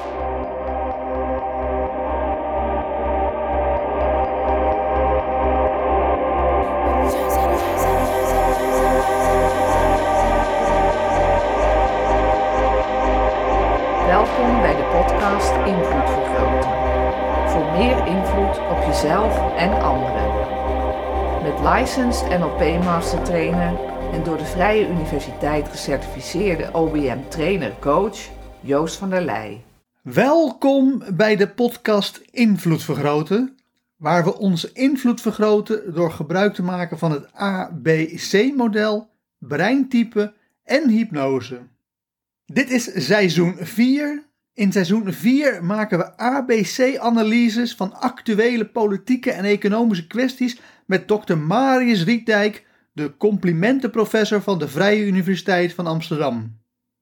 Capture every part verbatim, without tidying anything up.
Welkom bij de podcast Invloed Vergroten. Voor meer invloed op jezelf en anderen. Met licensed N L P Master Trainer en door de Vrije Universiteit gecertificeerde O B M Trainer Coach Joost van der Leij. Welkom bij de podcast Invloed Vergroten, waar we onze invloed vergroten door gebruik te maken van het A B C-model, breintype en hypnose. Dit is seizoen vier. In seizoen vier maken we A B C-analyses van actuele politieke en economische kwesties met dokter Marius Rietdijk, de complimentenprofessor van de Vrije Universiteit van Amsterdam.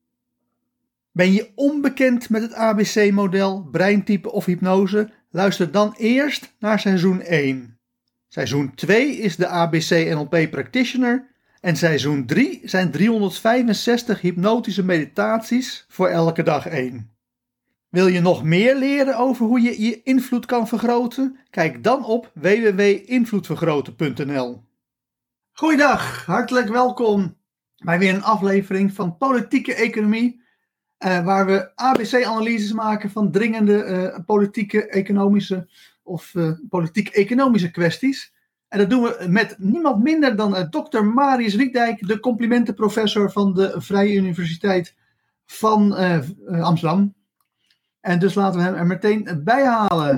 Ben je onbekend met het A B C-model, breintype of hypnose? Luister dan eerst naar seizoen één. Seizoen twee is de A B C N L P Practitioner. En seizoen drie zijn driehonderdvijfenzestig hypnotische meditaties voor elke dag één. Wil je nog meer leren over hoe je je invloed kan vergroten? Kijk dan op w w w punt invloed vergroten punt n l. Goeiedag, hartelijk welkom bij weer een aflevering van Politieke Economie, uh, waar we A B C-analyses maken van dringende uh, politieke, economische of uh, politiek-economische kwesties. En dat doen we met niemand minder dan uh, dokter Marius Rietdijk, de complimentenprofessor van de Vrije Universiteit van uh, uh, Amsterdam. En dus laten we hem er meteen bij halen.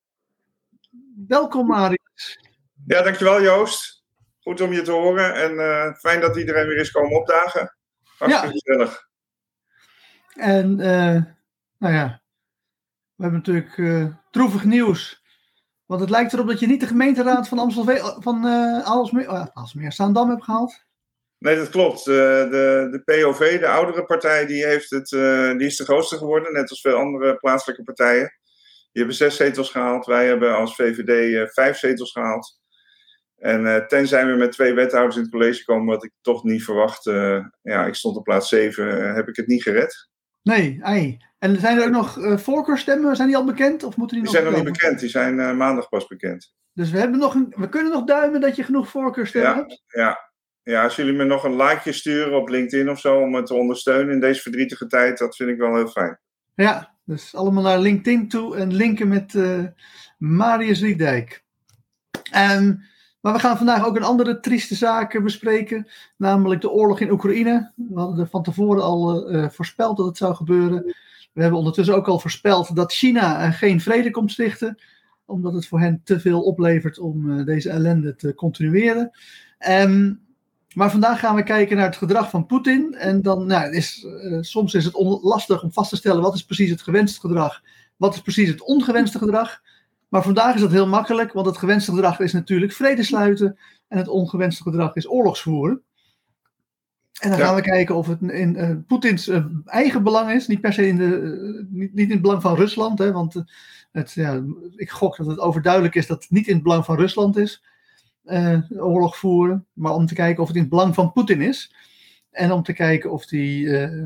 Welkom Marius. Ja, dankjewel Joost. Goed om je te horen en uh, fijn dat iedereen weer is komen opdagen. Hartstikke ja. Gezellig. En uh, nou ja, we hebben natuurlijk uh, droevig nieuws. Want het lijkt erop dat je niet de gemeenteraad van Amstelveen, van uh, Aalsmeer, uh, Aalsmeer, Zaandam hebt gehaald. Nee, dat klopt. De, de, de P O V, de oudere partij, die, heeft het, uh, die is de grootste geworden. Net als veel andere plaatselijke partijen. Die hebben zes zetels gehaald. Wij hebben als V V D uh, vijf zetels gehaald. En uh, tenzij we met twee wethouders in het college komen, wat ik toch niet verwacht. Uh, ja, ik stond op plaats zeven, uh, heb ik het niet gered. Nee, ei. En zijn er ook nog uh, voorkeurstemmen? Zijn die al bekend? Of moeten die, die nog zijn nog niet bekend. Die zijn uh, maandag pas bekend. Dus we, hebben nog een, we kunnen nog duimen dat je genoeg voorkeurstemmen ja, hebt? Ja. ja, als jullie me nog een likeje sturen op LinkedIn of zo om me te ondersteunen in deze verdrietige tijd, dat vind ik wel heel fijn. Ja, dus allemaal naar LinkedIn toe en linken met uh, Marius Rietdijk. Um, Maar we gaan vandaag ook een andere trieste zaak bespreken, namelijk de oorlog in Oekraïne. We hadden van tevoren al uh, voorspeld dat het zou gebeuren. We hebben ondertussen ook al voorspeld dat China uh, geen vrede komt stichten, omdat het voor hen te veel oplevert om uh, deze ellende te continueren. Um, maar vandaag gaan we kijken naar het gedrag van Poetin. En dan, nou, is, uh, soms is het on- lastig om vast te stellen wat is precies het gewenste gedrag, wat is precies het ongewenste gedrag. Maar vandaag is dat heel makkelijk, want het gewenste gedrag is natuurlijk vrede sluiten en het ongewenste gedrag is oorlogsvoeren. En dan ja. gaan we kijken of het in uh, Poetins uh, eigen belang is, niet per se in, de, uh, niet, niet in het belang van Rusland, hè, want uh, het, ja, ik gok dat het overduidelijk is dat het niet in het belang van Rusland is, uh, oorlog voeren, maar om te kijken of het in het belang van Poetin is en om te kijken of hij uh,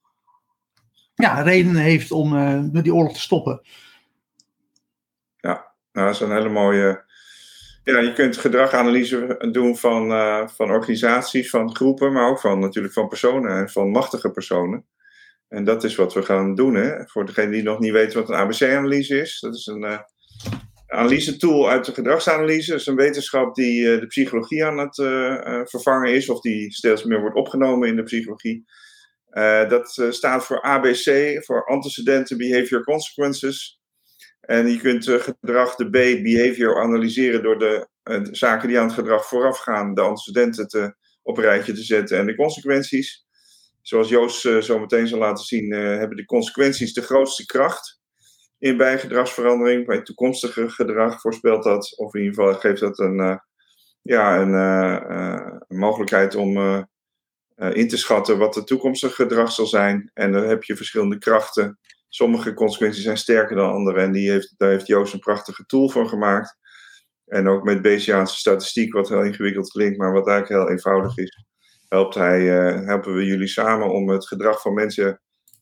ja, redenen heeft om uh, die oorlog te stoppen. Ja, nou, dat is een hele mooie. Ja, je kunt gedraganalyse doen van, uh, van organisaties, van groepen, maar ook van natuurlijk van personen en van machtige personen. En dat is wat we gaan doen, hè. Voor degene die nog niet weten wat een A B C-analyse is. Dat is een uh, analyse-tool uit de gedragsanalyse. Dat is een wetenschap die uh, de psychologie aan het uh, uh, vervangen is, of die steeds meer wordt opgenomen in de psychologie. Uh, dat uh, staat voor A B C, voor Antecedenten Behavior Consequences. En je kunt uh, gedrag, de B, behavior, analyseren door de, uh, de zaken die aan het gedrag vooraf gaan, de antecedenten te, op een rijtje te zetten en de consequenties. Zoals Joost uh, zo meteen zal laten zien, uh, hebben de consequenties de grootste kracht in bij gedragsverandering. Bij toekomstige gedrag voorspelt dat, of in ieder geval geeft dat een, uh, ja, een, uh, uh, een mogelijkheid om uh, uh, in te schatten wat het toekomstige gedrag zal zijn. En dan heb je verschillende krachten. Sommige consequenties zijn sterker dan andere en die heeft, daar heeft Joost een prachtige tool voor gemaakt. En ook met Bayesiaanse statistiek, wat heel ingewikkeld klinkt, maar wat eigenlijk heel eenvoudig is, helpt hij, uh, helpen we jullie samen om het gedrag van mensen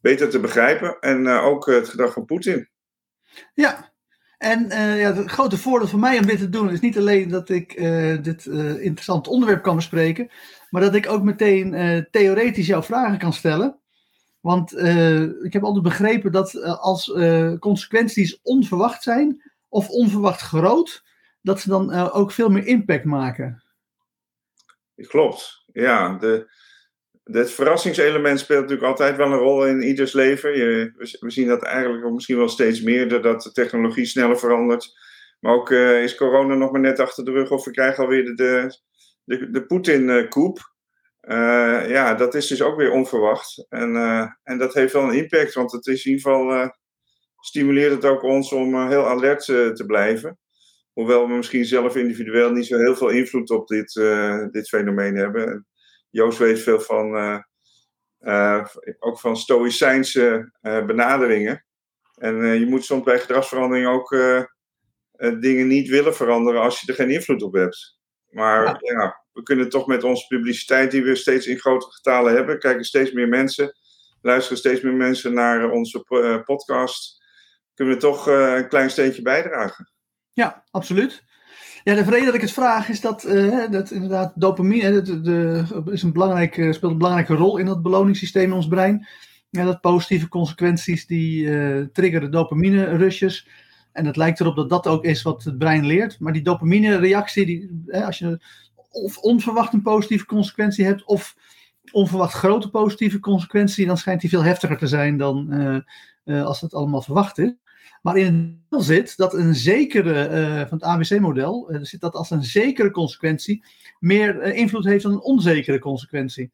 beter te begrijpen. En uh, ook uh, het gedrag van Poetin. Ja, en uh, ja, het grote voordeel voor mij om dit te doen is niet alleen dat ik uh, dit uh, interessante onderwerp kan bespreken, maar dat ik ook meteen uh, theoretisch jouw vragen kan stellen. Want uh, ik heb altijd begrepen dat uh, als uh, consequenties onverwacht zijn of onverwacht groot, dat ze dan uh, ook veel meer impact maken. Klopt, ja. De, het verrassingselement speelt natuurlijk altijd wel een rol in ieders leven. Je, we zien dat eigenlijk ook misschien wel steeds meer, doordat de technologie sneller verandert. Maar ook uh, is corona nog maar net achter de rug of we krijgen alweer de, de, de, de Poetin-coup. Uh, ja, dat is dus ook weer onverwacht. En, uh, en dat heeft wel een impact, want het is in ieder geval uh, stimuleert het ook ons om uh, heel alert uh, te blijven. Hoewel we misschien zelf individueel niet zo heel veel invloed op dit, uh, dit fenomeen hebben. En Joost weet veel van, uh, uh, ook van stoïcijnse uh, benaderingen. En uh, je moet soms bij gedragsverandering ook uh, uh, dingen niet willen veranderen als je er geen invloed op hebt. Maar ja, ja we kunnen toch met onze publiciteit die we steeds in grotere getalen hebben, kijken steeds meer mensen, luisteren steeds meer mensen naar onze uh, podcast, kunnen we toch uh, een klein steentje bijdragen. Ja, absoluut. Ja, de reden dat ik het vraag is dat, uh, dat inderdaad dopamine de, de, is een belangrijk, speelt een belangrijke rol in het beloningssysteem in ons brein. Ja, dat positieve consequenties die uh, triggeren dopamine rushes. En het lijkt erop dat dat ook is wat het brein leert. Maar die dopamine reactie, die, hè, als je of onverwacht een positieve consequentie hebt of onverwacht grote positieve consequentie, dan schijnt die veel heftiger te zijn dan uh, uh, als het allemaal verwacht is. Maar in het model zit dat een zekere, uh, van het A B C-model, uh, zit dat als een zekere consequentie meer uh, invloed heeft dan een onzekere consequentie.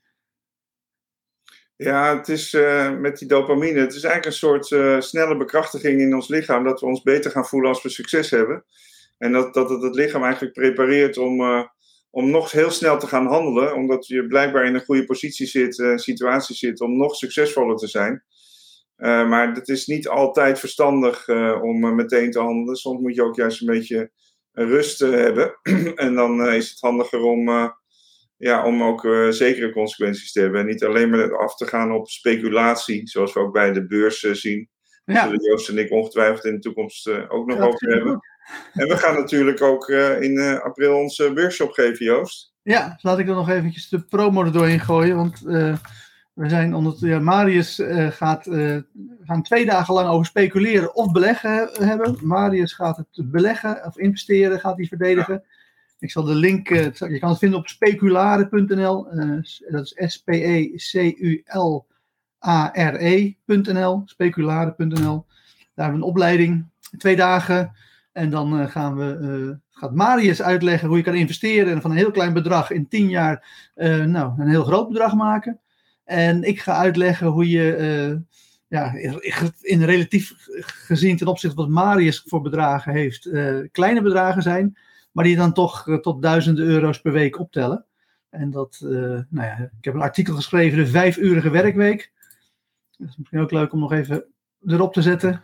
Ja, het is uh, met die dopamine, het is eigenlijk een soort uh, snelle bekrachtiging in ons lichaam, dat we ons beter gaan voelen als we succes hebben. En dat, dat het het lichaam eigenlijk prepareert om, uh, om nog heel snel te gaan handelen, omdat je blijkbaar in een goede positie zit, uh, situatie zit, om nog succesvoller te zijn. Uh, maar het is niet altijd verstandig uh, om uh, meteen te handelen. Soms moet je ook juist een beetje rust uh, hebben. En dan uh, is het handiger om, uh, ja, om ook uh, zekere consequenties te hebben. En niet alleen maar af te gaan op speculatie, zoals we ook bij de beurs uh, zien. Daar ja. zullen Joost en ik ongetwijfeld in de toekomst uh, ook nog ja, over hebben. Goed. En we gaan natuurlijk ook uh, in uh, april onze workshop geven, Joost. Ja, dus laat ik dan nog eventjes de promo er doorheen gooien, want... Uh... We zijn onder, ja, Marius uh, gaat uh, gaan twee dagen lang over speculeren of beleggen hebben. Marius gaat het beleggen of investeren, gaat hij verdedigen. Ja. Ik zal de link, uh, je kan het vinden op speculare punt n l. Uh, dat is S P E C U L A R E punt n l, speculare punt n l. Daar hebben we een opleiding, twee dagen. En dan uh, gaan we, uh, gaat Marius uitleggen hoe je kan investeren en van een heel klein bedrag in tien jaar uh, nou, een heel groot bedrag maken. En ik ga uitleggen hoe je, uh, ja, in relatief gezien ten opzichte van wat Marius voor bedragen heeft, uh, kleine bedragen zijn, maar die dan toch uh, tot duizenden euro's per week optellen. En dat, uh, nou ja, ik heb een artikel geschreven, de vijfurige werkweek. Dat is misschien ook leuk om nog even erop te zetten.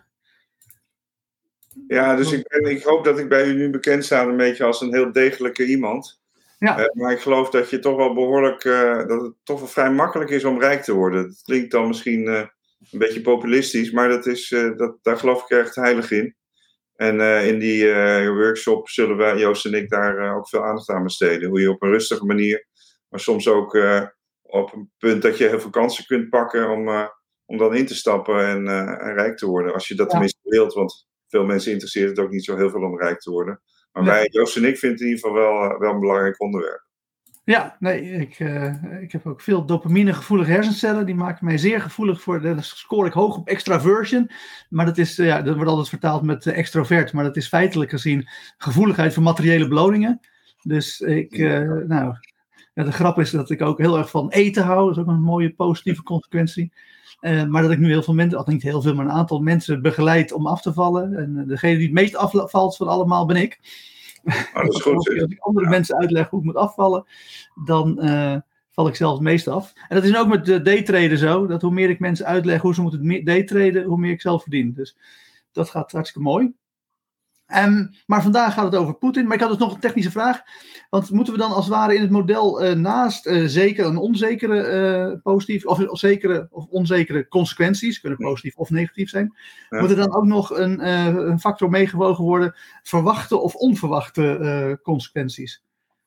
Ja, dus ik, ben, ik hoop dat ik bij u nu bekend sta een beetje als een heel degelijke iemand. Ja. Uh, maar ik geloof dat je toch wel behoorlijk, uh, dat het toch wel vrij makkelijk is om rijk te worden. Dat klinkt dan misschien uh, een beetje populistisch, maar dat is, uh, dat, daar geloof ik echt heilig in. En uh, in die uh, workshop zullen wij, Joost en ik, daar uh, ook veel aandacht aan besteden. Hoe je op een rustige manier, maar soms ook uh, op een punt dat je heel veel kansen kunt pakken om, uh, om dan in te stappen en, uh, en rijk te worden. Als je dat ja. tenminste wilt, want veel mensen interesseert het ook niet zo heel veel om rijk te worden. Maar wij, Joost en ik, vinden het in ieder geval wel, wel een belangrijk onderwerp. Ja, nee, ik, uh, ik heb ook veel dopamine-gevoelige hersencellen. Die maken mij zeer gevoelig voor, dan score ik hoog op extraversion. Maar dat, is, uh, ja, dat wordt altijd vertaald met uh, extrovert. Maar dat is feitelijk gezien gevoeligheid voor materiële beloningen. Dus ik, uh, nou, ja, de grap is dat ik ook heel erg van eten hou. Dat is ook een mooie positieve consequentie. Uh, maar dat ik nu heel veel mensen, of niet heel veel, maar een aantal mensen begeleid om af te vallen. En uh, degene die het meest afvalt van allemaal ben ik. Oh, dat is goed, als ik andere ja. mensen uitleg hoe ik moet afvallen, dan uh, val ik zelf het meest af. En dat is ook met de daytraden zo, dat hoe meer ik mensen uitleg hoe ze moeten daytraden, hoe meer ik zelf verdien. Dus dat gaat hartstikke mooi. Um, maar vandaag gaat het over Poetin. Maar ik had dus nog een technische vraag. Want moeten we dan als het ware in het model uh, naast uh, zeker en onzekere uh, positieve of, of zekere of onzekere consequenties, kunnen positief of negatief zijn, ja. moet er dan ook nog een, uh, een factor meegewogen worden, verwachte of onverwachte uh, consequenties?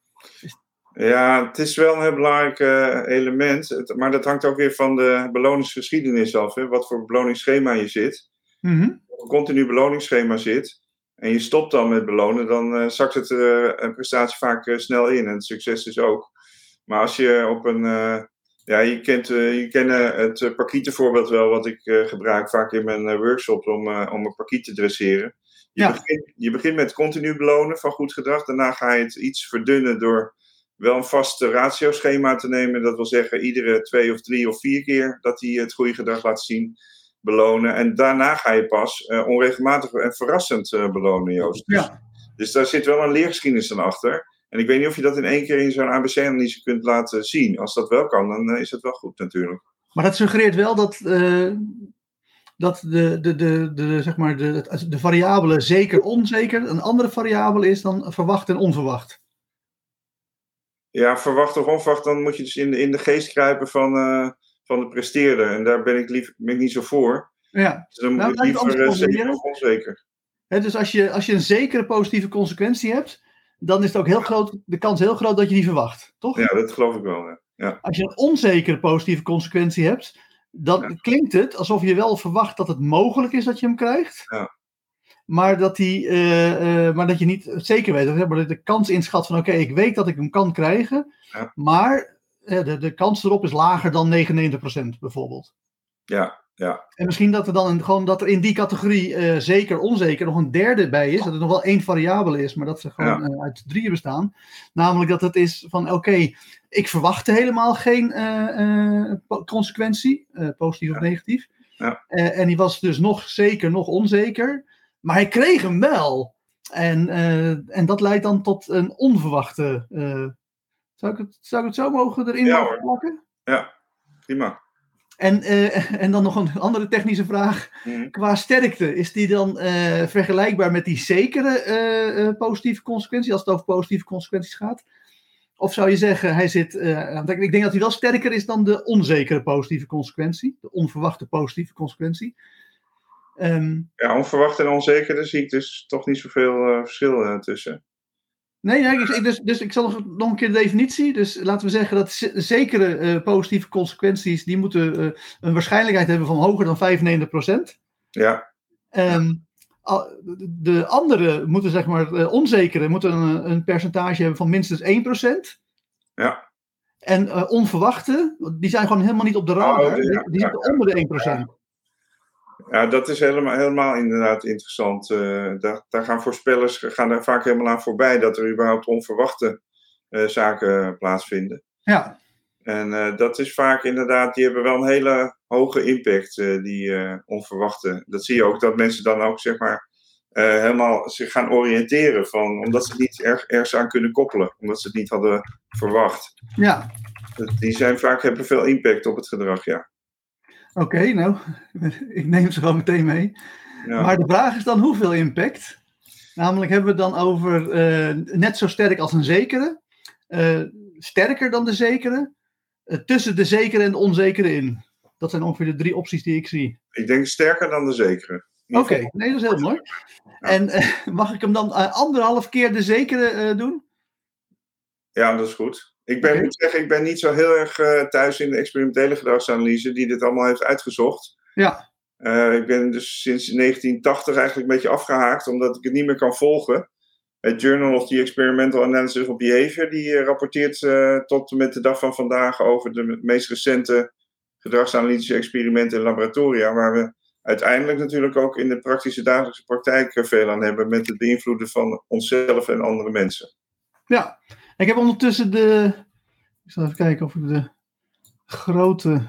Ja, het is wel een heel belangrijk uh, element. Het, maar dat hangt ook weer van de beloningsgeschiedenis af. Hè, wat voor beloningsschema je zit. Mm-hmm. Als je een continu beloningsschema zit en je stopt dan met belonen, dan uh, zakt het uh, een prestatie vaak uh, snel in. En het succes dus ook. Maar als je op een... Uh, ja, je kent, uh, je kent uh, het uh, parkietenvoorbeeld wel, wat ik uh, gebruik vaak in mijn uh, workshops om, uh, om een parkiet te dresseren. Je, ja. begint, je begint met continu belonen van goed gedrag. Daarna ga je het iets verdunnen door wel een vast ratioschema te nemen. Dat wil zeggen, iedere twee of drie of vier keer dat hij het goede gedrag laat zien, belonen. En daarna ga je pas uh, onregelmatig en verrassend uh, belonen, Joost. Dus, ja. dus daar zit wel een leergeschiedenis aan achter. En ik weet niet of je dat in één keer in zo'n A B C-analyse kunt laten zien. Als dat wel kan, dan uh, is het wel goed natuurlijk. Maar dat suggereert wel dat, uh, dat de, de, de, de, zeg maar de, de variabele zeker-onzeker een andere variabele is dan verwacht en onverwacht. Ja, verwacht of onverwacht, dan moet je dus in de, in de geest kruipen van, uh, van de presteerder. En daar ben ik, lief, ben ik niet zo voor. Ja. Dus dan moet nou, ik liever uh, zeker of onzeker. He, dus als je, als je een zekere positieve consequentie hebt, dan is het ook heel groot, de kans heel groot dat je die verwacht, toch? Ja, dat geloof ik wel. Ja. Ja. Als je een onzekere positieve consequentie hebt, dan ja. klinkt het alsof je wel verwacht dat het mogelijk is dat je hem krijgt. Ja. Maar dat, die, uh, uh, maar dat je niet zeker weet. Dat je de kans inschat van oké, okay, ik weet dat ik hem kan krijgen. Ja. Maar uh, de, de kans erop is lager dan negenennegentig procent bijvoorbeeld. Ja, ja. En misschien dat er dan een, gewoon dat er in die categorie uh, zeker, onzeker nog een derde bij is. Dat er nog wel één variabele is, maar dat ze gewoon ja. uh, uit drieën bestaan. Namelijk dat het is van oké, okay, ik verwachtte helemaal geen uh, uh, consequentie. Uh, positief ja. of negatief. Ja. Uh, en die was dus nog zeker, nog onzeker. Maar hij kreeg hem wel. En, uh, en dat leidt dan tot een onverwachte... Uh, zou, ik het, zou ik het zo mogen erin ja, plakken? Ja, prima. En, uh, en dan nog een andere technische vraag. Mm. Qua sterkte, is die dan uh, vergelijkbaar met die zekere uh, uh, positieve consequentie, als het over positieve consequenties gaat? Of zou je zeggen, hij zit... Uh, want ik denk dat hij wel sterker is dan de onzekere positieve consequentie. De onverwachte positieve consequentie. Um, ja, onverwacht en onzeker, daar zie ik dus toch niet zoveel uh, verschil uh, tussen. Nee, nee ik, dus, dus ik zal nog, nog een keer de definitie. Dus laten we zeggen dat z- zekere uh, positieve consequenties, die moeten uh, een waarschijnlijkheid hebben van hoger dan vijfennegentig procent. Ja. Um, de andere moeten, zeg maar, uh, onzekere, moeten een, een percentage hebben van minstens één procent. Ja. En uh, onverwachte, die zijn gewoon helemaal niet op de radar. Oh, ja, die die ja, zitten ja, onder de één procent. Ja. Ja, dat is helemaal, helemaal inderdaad interessant. Uh, daar, daar gaan voorspellers gaan er vaak helemaal aan voorbij dat er überhaupt onverwachte uh, zaken plaatsvinden. Ja. En uh, dat is vaak inderdaad, die hebben wel een hele hoge impact, uh, die uh, onverwachte. Dat zie je ook, dat mensen dan ook zeg maar uh, helemaal zich gaan oriënteren van, omdat ze het niet erg, ergens aan kunnen koppelen, omdat ze het niet hadden verwacht. Ja. Die zijn vaak, hebben veel impact op het gedrag, ja. Oké, okay, nou, ik neem ze gewoon meteen mee. Ja. Maar de vraag is dan hoeveel impact? Namelijk hebben we het dan over uh, net zo sterk als een zekere, uh, sterker dan de zekere, uh, tussen de zekere en de onzekere in. Dat zijn ongeveer de drie opties die ik zie. Ik denk sterker dan de zekere. Oké, okay, nee, dat is heel mooi. Ja. En uh, mag ik hem dan uh, anderhalf keer de zekere uh, doen? Ja, dat is goed. Ik ben, okay. moet zeggen, ik ben niet zo heel erg uh, thuis in de experimentele gedragsanalyse die dit allemaal heeft uitgezocht. Ja. Uh, ik ben dus sinds negentien tachtig eigenlijk een beetje afgehaakt, omdat ik het niet meer kan volgen. Het Journal of the Experimental Analysis of Behavior, die uh, rapporteert uh, tot met de dag van vandaag over de meest recente gedragsanalytische experimenten in laboratoria, waar we uiteindelijk natuurlijk ook in de praktische dagelijkse praktijk uh, veel aan hebben met het beïnvloeden van onszelf en andere mensen. Ja. Ik heb ondertussen de... Ik zal even kijken of ik de grote...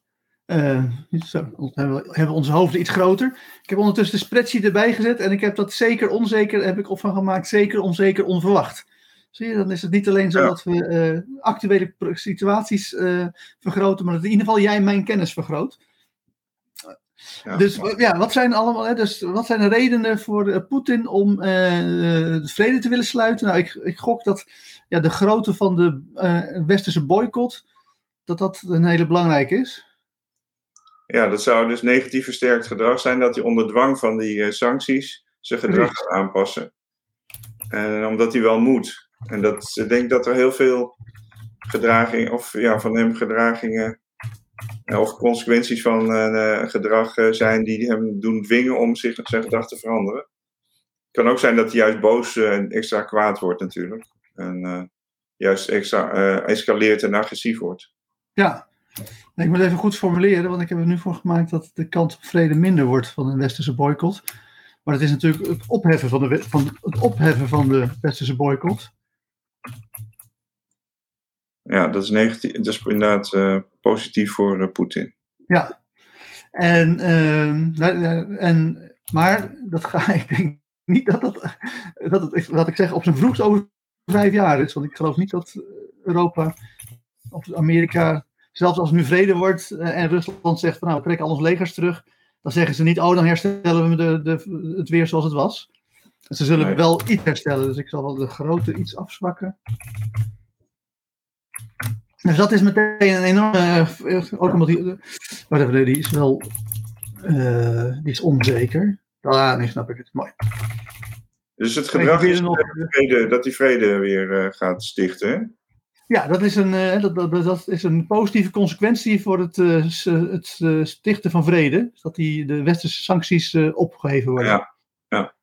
Uh, zo, hebben we hebben onze hoofden iets groter. Ik heb ondertussen de spreadsheet erbij gezet en ik heb dat zeker onzeker, heb ik op van gemaakt, zeker onzeker onverwacht. Zie je, dan is het niet alleen zo ja. dat we uh, actuele situaties uh, vergroten, maar dat in ieder geval jij mijn kennis vergroot. Ja. Dus ja, wat zijn allemaal, hè, dus wat zijn de redenen voor uh, Poetin om uh, de vrede te willen sluiten? Nou, ik, ik gok dat ja, de grootte van de uh, westerse boycott, dat dat een hele belangrijke is. Ja, dat zou dus negatief versterkt gedrag zijn, dat hij onder dwang van die uh, sancties zijn gedrag gaat aanpassen. En omdat hij wel moet. En dat, ik denk dat er heel veel gedragingen, of ja, van hem gedragingen, of consequenties van uh, gedrag uh, zijn die hem doen dwingen om zich zijn gedrag te veranderen. Het kan ook zijn dat hij juist boos uh, en extra kwaad wordt natuurlijk. En uh, juist extra uh, escaleert en agressief wordt. Ja, ik moet even goed formuleren, want ik heb er nu voor gemaakt dat de kans op vrede minder wordt van een westerse boycott. Maar het is natuurlijk het opheffen van de, van, het opheffen van de westerse boycott. Ja, dat is negatief. Dat is inderdaad uh, positief voor uh, Poetin. Ja, en, uh, en maar dat ga ik denk niet dat dat, dat het, wat ik zeg, op zijn vroegst over vijf jaar is. Want ik geloof niet dat Europa of Amerika, zelfs als er nu vrede wordt uh, en Rusland zegt van nou, we trekken al ons legers terug, dan zeggen ze niet, oh, dan herstellen we de, de, het weer zoals het was. En ze zullen nee. wel iets herstellen, dus ik zal wel de grootte iets afzwakken. Dus dat is meteen een enorme, uh, ook omdat die, uh, die is wel, uh, die is onzeker. Ah, nu snap ik het, mooi. Dus het gedrag is nog... vrede, dat die vrede weer uh, gaat stichten, hè? Ja, dat is, een, uh, dat, dat, dat is een positieve consequentie voor het, uh, het uh, stichten van vrede. Dat die, de westerse sancties uh, opgeheven worden. Ja, ja.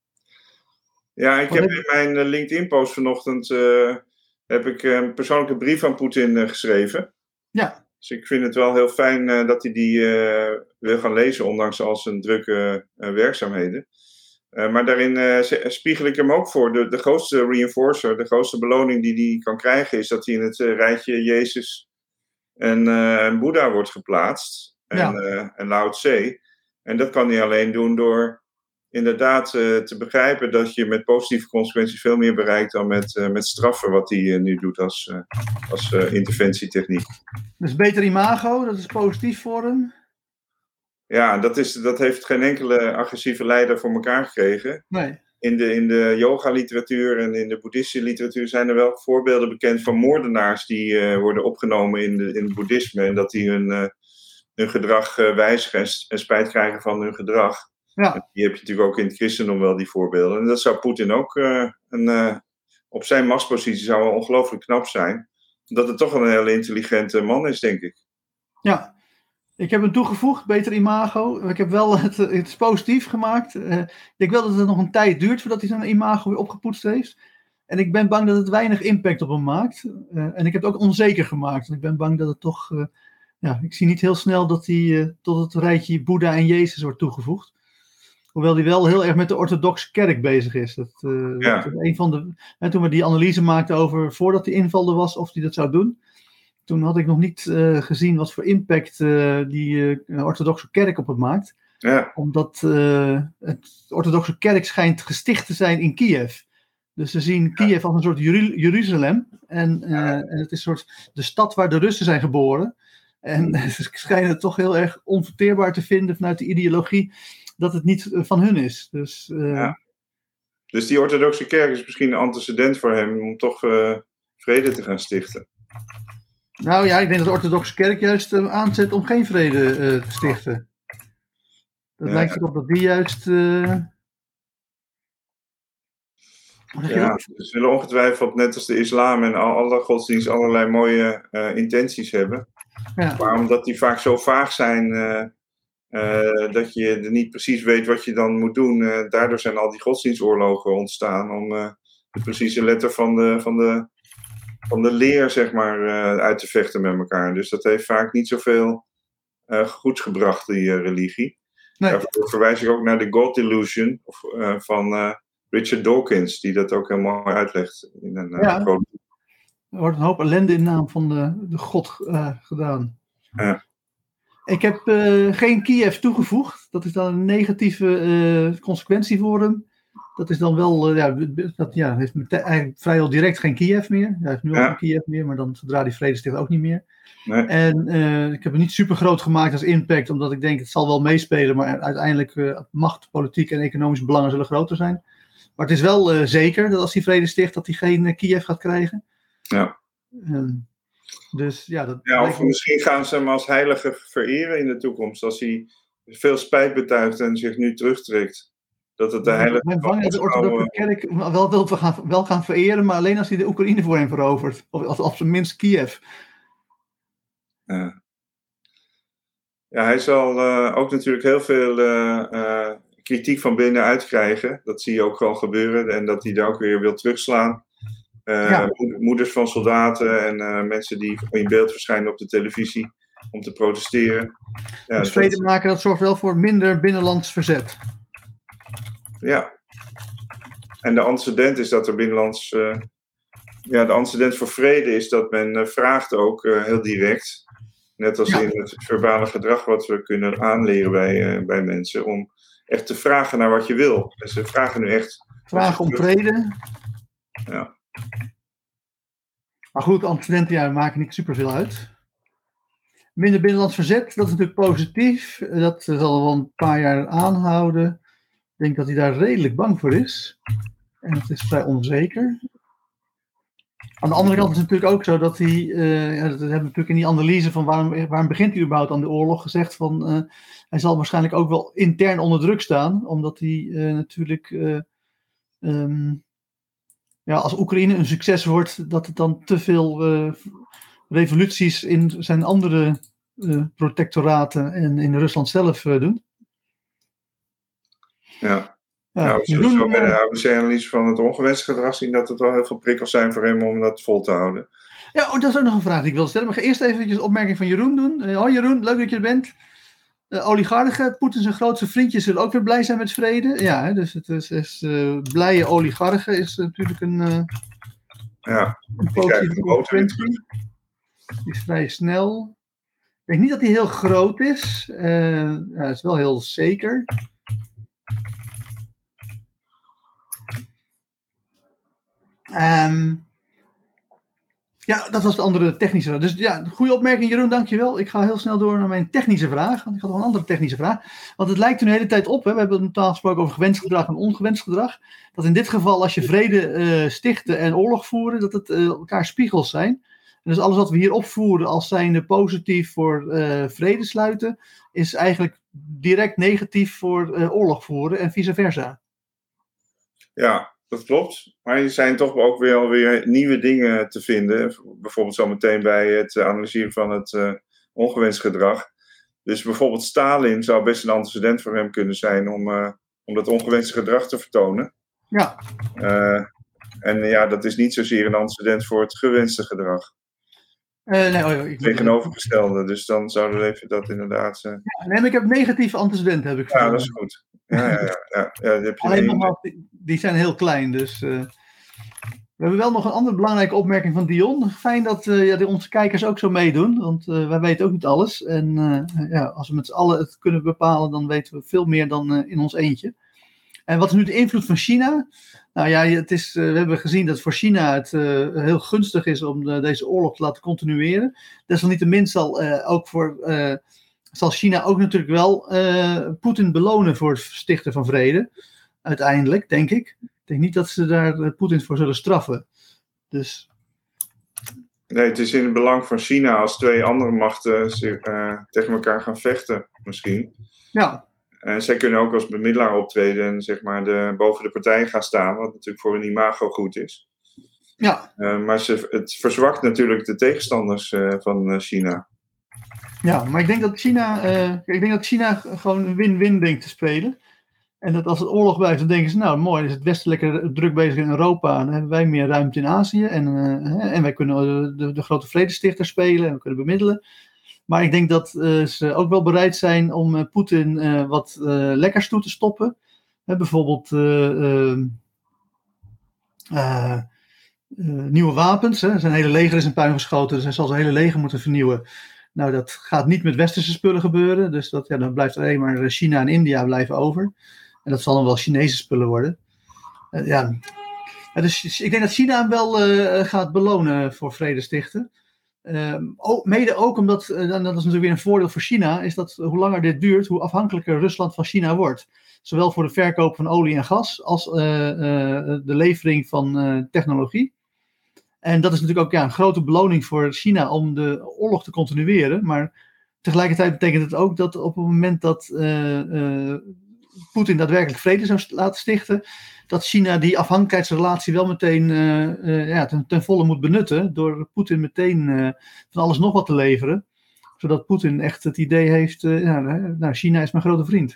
ja ik Wat heb in mijn uh, LinkedIn-post vanochtend... Uh, heb ik een persoonlijke brief aan Poetin uh, geschreven. Ja. Dus ik vind het wel heel fijn uh, dat hij die uh, wil gaan lezen, ondanks al zijn drukke uh, werkzaamheden. Uh, maar daarin uh, spiegel ik hem ook voor. De, de grootste reinforcer, de grootste beloning die hij kan krijgen, is dat hij in het uh, rijtje Jezus en, uh, en Boeddha wordt geplaatst. En, ja. uh, en Lao Tse. En dat kan hij alleen doen door inderdaad uh, te begrijpen dat je met positieve consequenties veel meer bereikt dan met, uh, met straffen, wat hij uh, nu doet als, uh, als uh, interventietechniek. Dus beter imago, dat is positief voor hem? Ja, dat, is, dat heeft geen enkele agressieve leider voor elkaar gekregen. Nee. In de, in de yoga-literatuur en in de boeddhistische literatuur zijn er wel voorbeelden bekend van moordenaars die uh, worden opgenomen in, de, in het boeddhisme en dat die hun, uh, hun gedrag uh, wijzigen en, en spijt krijgen van hun gedrag. Ja. Die heb je natuurlijk ook in het christendom wel, die voorbeelden. En dat zou Poetin ook uh, een, uh, op zijn machtspositie zou wel ongelooflijk knap zijn. Omdat het toch een hele intelligente man is, denk ik. Ja, ik heb hem toegevoegd, beter imago. Ik heb wel het, het is positief gemaakt. Uh, ik denk wel dat het nog een tijd duurt voordat hij zijn imago weer opgepoetst heeft. En ik ben bang dat het weinig impact op hem maakt. Uh, en ik heb het ook onzeker gemaakt. En ik ben bang dat het toch... Uh, ja, ik zie niet heel snel dat hij uh, tot het rijtje Boeddha en Jezus wordt toegevoegd. Hoewel die wel heel erg met de orthodoxe kerk bezig is. Dat, uh, ja. dat een van de, hè, toen we die analyse maakten over voordat die inval er was, of die dat zou doen. Toen had ik nog niet uh, gezien wat voor impact uh, die uh, orthodoxe kerk op het maakt. Ja. Omdat uh, het orthodoxe kerk schijnt gesticht te zijn in Kiev. Dus ze zien Kiev ja. als een soort Jeru- Jeruzalem. En, uh, ja. en het is een soort de stad waar de Russen zijn geboren. En ze schijnen het toch heel erg onverteerbaar te vinden vanuit de ideologie dat het niet van hun is. Dus, uh... ja. dus die orthodoxe kerk is misschien een antecedent voor hem om toch uh, vrede te gaan stichten. Nou ja, ik denk dat de orthodoxe kerk juist uh, aanzet om geen vrede uh, te stichten. Dat ja. lijkt erop dat die juist... Uh... Ja, ze zullen ongetwijfeld net als de islam en alle godsdiensten allerlei mooie uh, intenties hebben. Ja. Maar omdat die vaak zo vaag zijn... Uh, Uh, dat je niet precies weet wat je dan moet doen. Uh, daardoor zijn al die godsdienstoorlogen ontstaan om uh, de precieze letter van de, van de, van de leer zeg maar, uh, uit te vechten met elkaar. Dus dat heeft vaak niet zoveel uh, goeds gebracht, die uh, religie. Nee. Daarvoor verwijs ik ook naar de God Delusion of, uh, van uh, Richard Dawkins, die dat ook helemaal uitlegt. In een, uh, ja, grote... er wordt een hoop ellende in naam van de, de God uh, gedaan. Ja. Ik heb uh, geen Kiev toegevoegd. Dat is dan een negatieve uh, consequentie voor hem. Dat is dan wel, uh, ja, dat ja, heeft eigenlijk vrijwel direct geen Kiev meer. Hij heeft nu Ja. ook een Kiev meer, maar dan zodra die vrede sticht ook niet meer. Nee. En uh, ik heb het niet super groot gemaakt als impact, omdat ik denk het zal wel meespelen, maar uiteindelijk uh, macht, politiek en economische belangen zullen groter zijn. Maar het is wel uh, zeker dat als die vrede sticht, dat hij geen uh, Kiev gaat krijgen. Ja. Um, dus ja, dat ja of me... misschien gaan ze hem als heilige vereren in de toekomst, als hij veel spijt betuigt en zich nu terugtrekt. Dat het de heilige... Mijn bang dat de orthodoxe kerk wel wil gaan, wel gaan vereren, maar alleen als hij de Oekraïne voor hem verovert. Of op zijn minst Kiev. Ja, ja hij zal uh, ook natuurlijk heel veel uh, uh, kritiek van binnenuit krijgen. Dat zie je ook wel gebeuren. En dat hij daar ook weer wil terugslaan. Uh, ja. Moeders van soldaten en uh, mensen die in beeld verschijnen op de televisie om te protesteren. Ja, dus vrede dat... maken, dat zorgt wel voor minder binnenlands verzet. Ja. En de antecedent is dat er binnenlands... Uh, ja, de antecedent voor vrede is dat men uh, vraagt ook uh, heel direct. Net als ja. in het verbale gedrag wat we kunnen aanleren bij, uh, bij mensen. Om echt te vragen naar wat je wil. En ze vragen nu echt... Vragen om vrede. Ja. Maar goed, antecedenten ja, maken niet superveel uit. Minder binnenlands verzet, dat is natuurlijk positief. Dat zal wel een paar jaar aanhouden. Ik denk dat hij daar redelijk bang voor is. En dat is vrij onzeker. Aan de andere kant is het natuurlijk ook zo dat hij... Uh, ja, dat hebben we natuurlijk in die analyse van waarom, waarom begint hij überhaupt aan de oorlog gezegd van... Uh, hij zal waarschijnlijk ook wel intern onder druk staan. Omdat hij uh, natuurlijk... Uh, um, ja, als Oekraïne een succes wordt, dat het dan te veel uh, revoluties in zijn andere uh, protectoraten en in Rusland zelf uh, doen. Ja. Ja, nou, we zullen zo bij de A B C-analyse van het ongewenst gedrag zien dat het wel heel veel prikkels zijn voor hem om dat vol te houden. Ja, oh, dat is ook nog een vraag die ik wil stellen. Maar ik ga eerst even een opmerking van Jeroen doen. Uh, hoi Jeroen, leuk dat je er bent. Uh, oligarchen, Poetin zijn grootste vriendjes zullen ook weer blij zijn met vrede. Ja, hè, dus het is, is uh, blije oligarchen is natuurlijk een, uh, ja, een positieve consequentie. Die is vrij snel. Ik denk niet dat hij heel groot is. Uh, ja, het is wel heel zeker. Um, ja, dat was de andere technische vraag. Dus ja, goede opmerking Jeroen, dankjewel. Ik ga heel snel door naar mijn technische vraag. Want ik had nog een andere technische vraag. Want het lijkt er een hele tijd op. Hè? We hebben het normaal gesproken over gewenst gedrag en ongewenst gedrag. Dat in dit geval als je vrede uh, stichten en oorlog voeren, dat het uh, elkaar spiegels zijn. En dus alles wat we hier opvoeren als zijnde positief voor uh, vrede sluiten, is eigenlijk direct negatief voor uh, oorlog voeren en vice versa. Ja. Dat klopt, maar er zijn toch ook weer, weer nieuwe dingen te vinden. Bijvoorbeeld zometeen bij het analyseren van het uh, ongewenst gedrag. Dus bijvoorbeeld Stalin zou best een antecedent voor hem kunnen zijn om, uh, om dat ongewenste gedrag te vertonen. Ja. Uh, en ja, dat is niet zozeer een antecedent voor het gewenste gedrag. Uh, nee, oh, ik tegenovergestelde, dus dan zouden we even dat inderdaad... Uh... Ja, nee, maar ik heb negatieve antecedenten, heb ik Ja, dat is goed. Ja, ja, ja. ja, ja die heb je Alleen nogmaals, die, die zijn heel klein, dus... Uh... We hebben wel nog een andere belangrijke opmerking van Dion. Fijn dat uh, ja, onze kijkers ook zo meedoen, want uh, wij weten ook niet alles. En uh, ja, als we met z'n allen het kunnen bepalen, dan weten we veel meer dan uh, in ons eentje. En wat is nu de invloed van China? Nou ja, het is, uh, we hebben gezien dat voor China het uh, heel gunstig is om uh, deze oorlog te laten continueren. Desalniettemin zal, uh, ook voor, uh, zal China ook natuurlijk wel uh, Poetin belonen voor het stichten van vrede. Uiteindelijk, denk ik. Ik denk niet dat ze daar uh, Poetin voor zullen straffen. Dus... Nee, het is in het belang van China als twee andere machten uh, tegen elkaar gaan vechten, misschien. Ja. En zij kunnen ook als bemiddelaar optreden en zeg maar de, boven de partij gaan staan, wat natuurlijk voor hun imago goed is. Ja. Uh, maar ze, het verzwakt natuurlijk de tegenstanders uh, van uh, China. Ja, maar ik denk dat China, uh, ik denk dat China gewoon een win-win denkt te spelen. En dat als het oorlog blijft, dan denken ze, nou mooi, is het Westen lekker druk bezig in Europa. Dan hebben wij meer ruimte in Azië. En, uh, en wij kunnen de, de grote vredestichter spelen en we kunnen bemiddelen. Maar ik denk dat uh, ze ook wel bereid zijn om uh, Poetin uh, wat uh, lekkers toe te stoppen. Uh, bijvoorbeeld uh, uh, uh, uh, nieuwe wapens. Hè. Zijn hele leger is in puin geschoten, dus hij zal zijn hele leger moeten vernieuwen. Nou, dat gaat niet met westerse spullen gebeuren. Dus dat, ja, dan blijft alleen maar China en India blijven over. En dat zal dan wel Chinese spullen worden. Uh, ja. Uh, dus ik denk dat China hem wel uh, gaat belonen voor vrede stichten. Uh, ook, mede ook omdat, uh, en dat is natuurlijk weer een voordeel voor China, is dat hoe langer dit duurt, hoe afhankelijker Rusland van China wordt. Zowel voor de verkoop van olie en gas als uh, uh, de levering van uh, technologie. En dat is natuurlijk ook ja, een grote beloning voor China om de oorlog te continueren. Maar tegelijkertijd betekent het ook dat op het moment dat uh, uh, Poetin daadwerkelijk vrede zou laten stichten, dat China die afhankelijkheidsrelatie wel meteen uh, uh, ja, ten, ten volle moet benutten, door Poetin meteen uh, van alles nog wat te leveren. Zodat Poetin echt het idee heeft, uh, ja, nou, China is mijn grote vriend.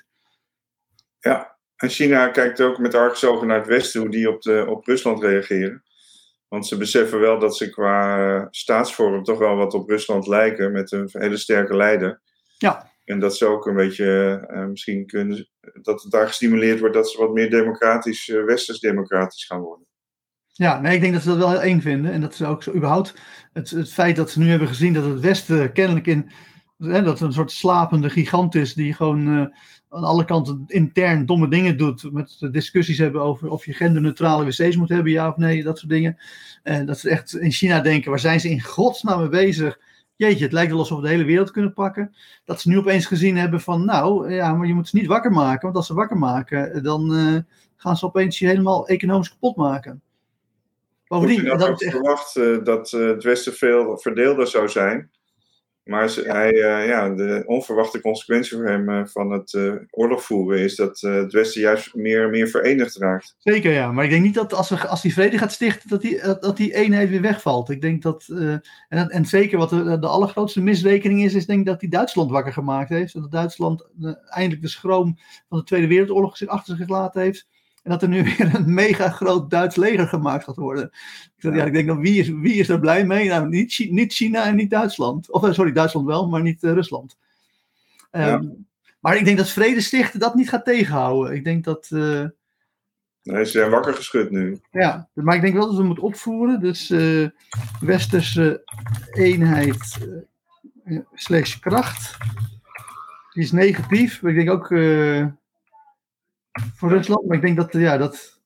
Ja, en China kijkt ook met argusogen naar het Westen, hoe die op, de, op Rusland reageren. Want ze beseffen wel dat ze qua staatsvorm toch wel wat op Rusland lijken, met een hele sterke leider. Ja. En dat ze ook een beetje, uh, misschien kunnen, dat het daar gestimuleerd wordt dat ze wat meer democratisch, uh, westers democratisch gaan worden. Ja, nee, ik denk dat ze dat wel heel eng vinden. En dat ze ook zo überhaupt, het, het feit dat ze nu hebben gezien dat het Westen kennelijk in, hè, dat het een soort slapende gigant is, die gewoon uh, aan alle kanten intern domme dingen doet, met discussies hebben over of je genderneutrale wc's moet hebben, ja of nee, dat soort dingen. En dat ze echt in China denken, waar zijn ze in godsnaam mee bezig? Jeetje, het lijkt wel alsof we de hele wereld kunnen pakken. Dat ze nu opeens gezien hebben van, nou, ja, maar je moet ze niet wakker maken. Want als ze wakker maken, dan uh, gaan ze opeens je helemaal economisch kapot maken. Bovendien, ik had ook echt verwacht uh, dat uh, het Westen veel verdeelder zou zijn. Maar ze, ja. Hij, uh, ja, de onverwachte consequentie voor hem uh, van het uh, oorlog voeren is dat uh, het Westen juist meer, meer verenigd raakt. Zeker, ja. Maar ik denk niet dat als, we, als die vrede gaat stichten, dat die, dat die eenheid weer wegvalt. Ik denk dat, uh, en, en zeker wat de, de allergrootste misrekening is, is denk ik dat die Duitsland wakker gemaakt heeft. En dat Duitsland uh, eindelijk de schroom van de Tweede Wereldoorlog zich achter zich gelaten heeft. En dat er nu weer een mega groot Duits leger gemaakt gaat worden. Ik, dacht, ja, ik denk, dan, wie, is, wie is er blij mee? Nou, niet, niet China en niet Duitsland. Of sorry, Duitsland wel, maar niet uh, Rusland. Um, ja. Maar ik denk dat vrede stichten dat niet gaat tegenhouden. Ik denk dat... Uh, nee, ze zijn wakker geschud nu. Ja, maar ik denk wel dat we moeten opvoeren. Dus uh, westerse eenheid uh, slash kracht. Die is negatief. Maar ik denk ook... Uh, voor Rusland, maar ik denk dat, ja, dat...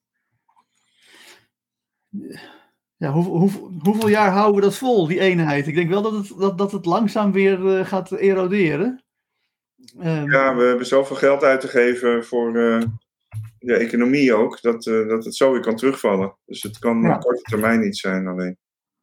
Ja, hoe, hoe, hoeveel jaar houden we dat vol, die eenheid? Ik denk wel dat het, dat, dat het langzaam weer uh, gaat eroderen. Um, ja, we hebben zoveel geld uit te geven voor uh, de economie ook, dat, uh, dat het zo weer kan terugvallen. Dus het kan ja. op korte termijn niet zijn alleen.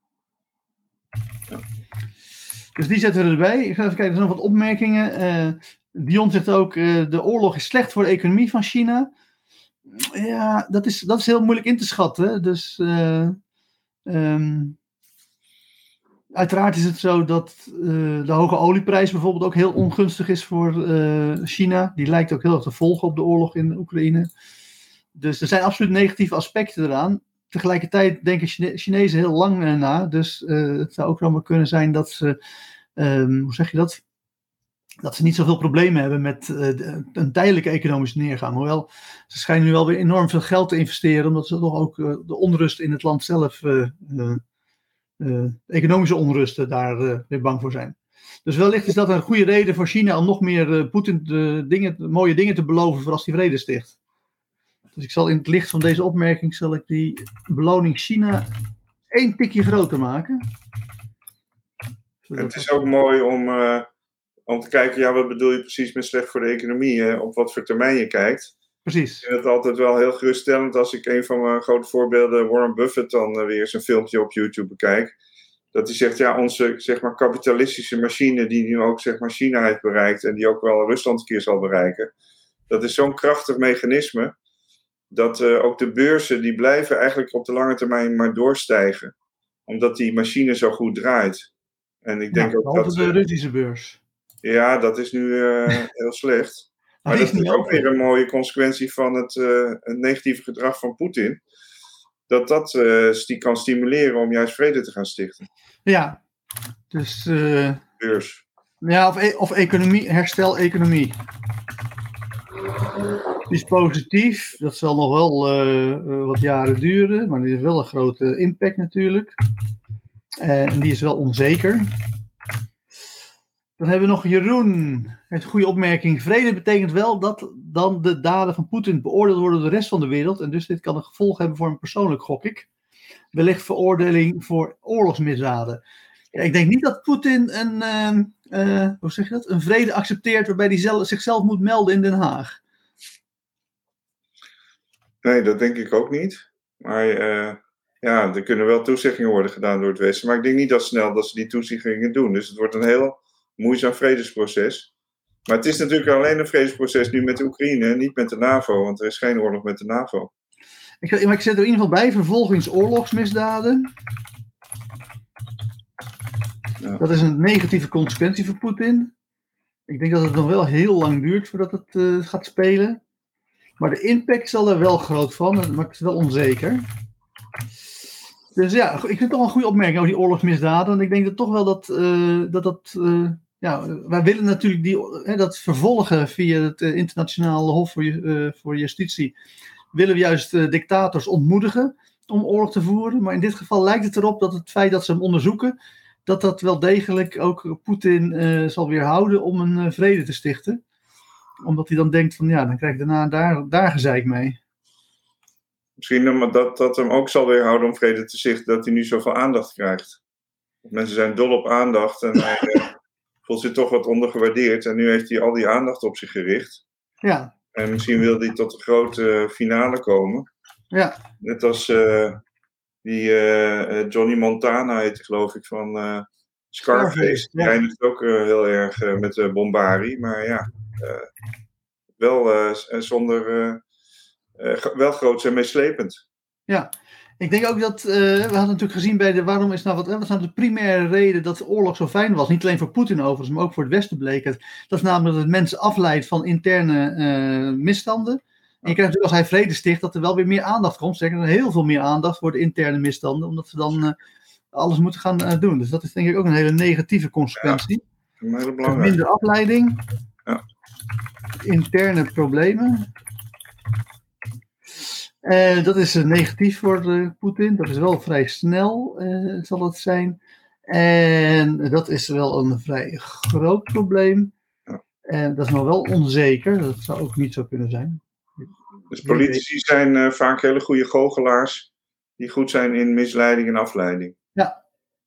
Ja. Dus die zetten we erbij. Ik ga even kijken, er zijn nog wat opmerkingen. Uh, Dion zegt ook, uh, de oorlog is slecht voor de economie van China. Ja, dat is, dat is heel moeilijk in te schatten. Dus uh, um, uiteraard is het zo dat uh, de hoge olieprijs bijvoorbeeld ook heel ongunstig is voor uh, China. Die lijkt ook heel erg te volgen op de oorlog in Oekraïne. Dus er zijn absoluut negatieve aspecten eraan. Tegelijkertijd denken Chine- Chinezen heel lang uh, na. Dus uh, het zou ook wel maar kunnen zijn dat ze, um, hoe zeg je dat? Dat ze niet zoveel problemen hebben met uh, de, een tijdelijke economische neergang. Hoewel, ze schijnen nu wel weer enorm veel geld te investeren, omdat ze toch ook uh, de onrust in het land zelf, uh, uh, uh, economische onrusten, daar uh, weer bang voor zijn. Dus wellicht is dat een goede reden voor China om nog meer uh, Poetin de dingen, de mooie dingen te beloven voor als die vrede sticht. Dus ik zal in het licht van deze opmerking, zal ik die beloning China één tikje groter maken. Zodat het is ook mooi om... Uh... Om te kijken, ja, wat bedoel je precies met slecht voor de economie? Hè? Op wat voor termijn je kijkt. Precies. Ik vind het altijd wel heel geruststellend als ik een van mijn grote voorbeelden, Warren Buffett, dan uh, weer eens een filmpje op YouTube bekijk. Dat hij zegt, ja, onze zeg maar, kapitalistische machine die nu ook zeg maar, China heeft bereikt en die ook wel Rusland een keer zal bereiken. Dat is zo'n krachtig mechanisme dat uh, ook de beurzen, die blijven eigenlijk op de lange termijn maar doorstijgen. Omdat die machine zo goed draait. En ik denk ja, ook dat... de uh, Russische beurs. Ja, dat is nu uh, heel slecht. Maar dat is ook weer een mooie consequentie van het, uh, het negatieve gedrag van Poetin. Dat dat uh, die kan stimuleren om juist vrede te gaan stichten. Ja, dus... Uh, Beurs. Ja, of, e- of economie, herstel-economie. Die is positief. Dat zal nog wel uh, uh, wat jaren duren. Maar die heeft wel een grote impact natuurlijk. Uh, en die is wel onzeker. Dan hebben we nog Jeroen. Heeft een goede opmerking. Vrede betekent wel dat dan de daden van Poetin beoordeeld worden door de rest van de wereld. En dus dit kan een gevolg hebben voor hem persoonlijk, gok ik. Wellicht veroordeling voor oorlogsmisdaden. Ja, ik denk niet dat Poetin een, uh, uh, hoe zeg je dat? een vrede accepteert waarbij hij zelf, zichzelf moet melden in Den Haag. Nee, dat denk ik ook niet. Maar uh, ja, er kunnen wel toezeggingen worden gedaan door het Westen. Maar ik denk niet dat snel dat ze die toezeggingen doen. Dus het wordt een heel moeizaam vredesproces. Maar het is natuurlijk alleen een vredesproces nu met de Oekraïne, niet met de NAVO. Want er is geen oorlog met de NAVO. Ik, maar ik zet er in ieder geval bij vervolgingsoorlogsmisdaden. Ja. Dat is een negatieve consequentie voor Poetin. Ik denk dat het nog wel heel lang duurt voordat het uh, gaat spelen. Maar de impact zal er wel groot van. Dat maakt het wel onzeker. Dus ja, ik vind het toch een goede opmerking over die oorlogsmisdaden. Want ik denk dat toch wel dat... Uh, dat, dat uh, ja, wij willen natuurlijk die, hè, dat vervolgen via het uh, internationale hof voor, uh, voor justitie. Willen we juist uh, dictators ontmoedigen om oorlog te voeren. Maar in dit geval lijkt het erop dat het feit dat ze hem onderzoeken, dat dat wel degelijk ook Poetin uh, zal weerhouden om een uh, vrede te stichten. Omdat hij dan denkt van ja, dan krijg ik daarna daar, daar gezeik mee. Misschien dat dat hem ook zal weerhouden om vrede te stichten, dat hij nu zoveel aandacht krijgt. Mensen zijn dol op aandacht en hij uh, voelt zich toch wat ondergewaardeerd. En nu heeft hij al die aandacht op zich gericht. Ja. En misschien wil hij tot een grote finale komen. Ja. Net als uh, die uh, Johnny Montana heet, geloof ik, van uh, Scarface. Die ja. eindigt ook uh, heel erg uh, met uh, Bombari. Maar ja, uh, wel uh, zonder... Uh, uh, wel groots en meeslepend. Ja. Ik denk ook dat, uh, we hadden natuurlijk gezien bij de, waarom is nou wat, wat is nou de primaire reden dat de oorlog zo fijn was? Niet alleen voor Poetin overigens, maar ook voor het Westen bleek het. Dat is namelijk dat het mensen afleidt van interne uh, misstanden. En je krijgt natuurlijk als hij vrede sticht dat er wel weer meer aandacht komt. Zeker heel veel meer aandacht voor de interne misstanden, omdat ze dan uh, alles moeten gaan uh, doen. Dus dat is denk ik ook een hele negatieve consequentie. Ja, heel belangrijk. Minder afleiding. Ja. Interne problemen. Uh, dat is uh, negatief voor uh, Poetin. Dat is wel vrij snel, uh, zal het zijn. En dat is wel een vrij groot probleem. Ja. En dat is nog wel onzeker. Dat zou ook niet zo kunnen zijn. Dus politici zijn uh, vaak hele goede goochelaars die goed zijn in misleiding en afleiding. Ja.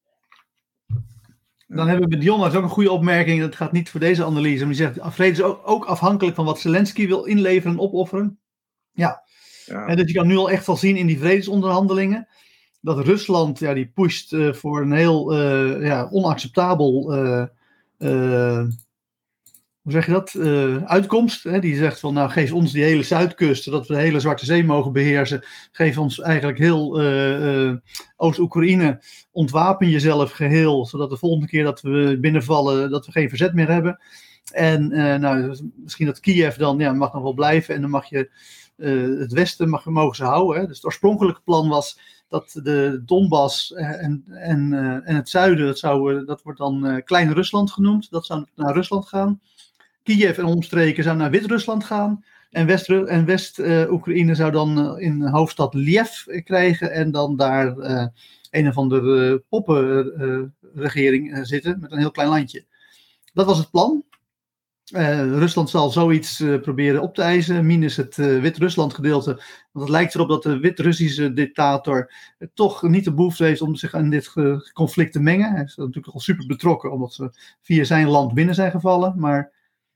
Dan hebben we bij Dion ook een goede opmerking. Dat gaat niet voor deze analyse. Maar die zegt, vrede is ook, ook afhankelijk van wat Zelensky wil inleveren en opofferen. Ja. Ja. En dus je kan nu al echt wel zien in die vredesonderhandelingen dat Rusland, ja, die pusht uh, voor een heel uh, ja, onacceptabel uh, uh, hoe zeg je dat, uh, uitkomst. Hè? Die zegt van nou geef ons die hele Zuidkust, zodat we de hele Zwarte Zee mogen beheersen. Geef ons eigenlijk heel uh, uh, Oost-Oekraïne, ontwapen jezelf geheel, zodat de volgende keer dat we binnenvallen, dat we geen verzet meer hebben. En uh, nou, misschien dat Kiev dan ja, mag nog wel blijven en dan mag je Uh, het Westen mag, mogen ze houden. Hè. Dus het oorspronkelijke plan was dat de Donbass en, en, uh, en het zuiden, dat, zou, dat wordt dan uh, Klein Rusland genoemd. Dat zou naar Rusland gaan. Kiev en omstreken zou naar Wit-Rusland gaan. En West-Oekraïne en West, uh, zou dan uh, in de hoofdstad Lviv krijgen. En dan daar uh, een of andere uh, poppenregering uh, zitten met een heel klein landje. Dat was het plan. Uh, Rusland zal zoiets uh, proberen op te eisen, minus het uh, Wit-Rusland gedeelte. Want het lijkt erop dat de Wit-Russische dictator uh, toch niet de behoefte heeft om zich in dit uh, conflict te mengen. Hij is natuurlijk al super betrokken, omdat ze via zijn land binnen zijn gevallen. Maar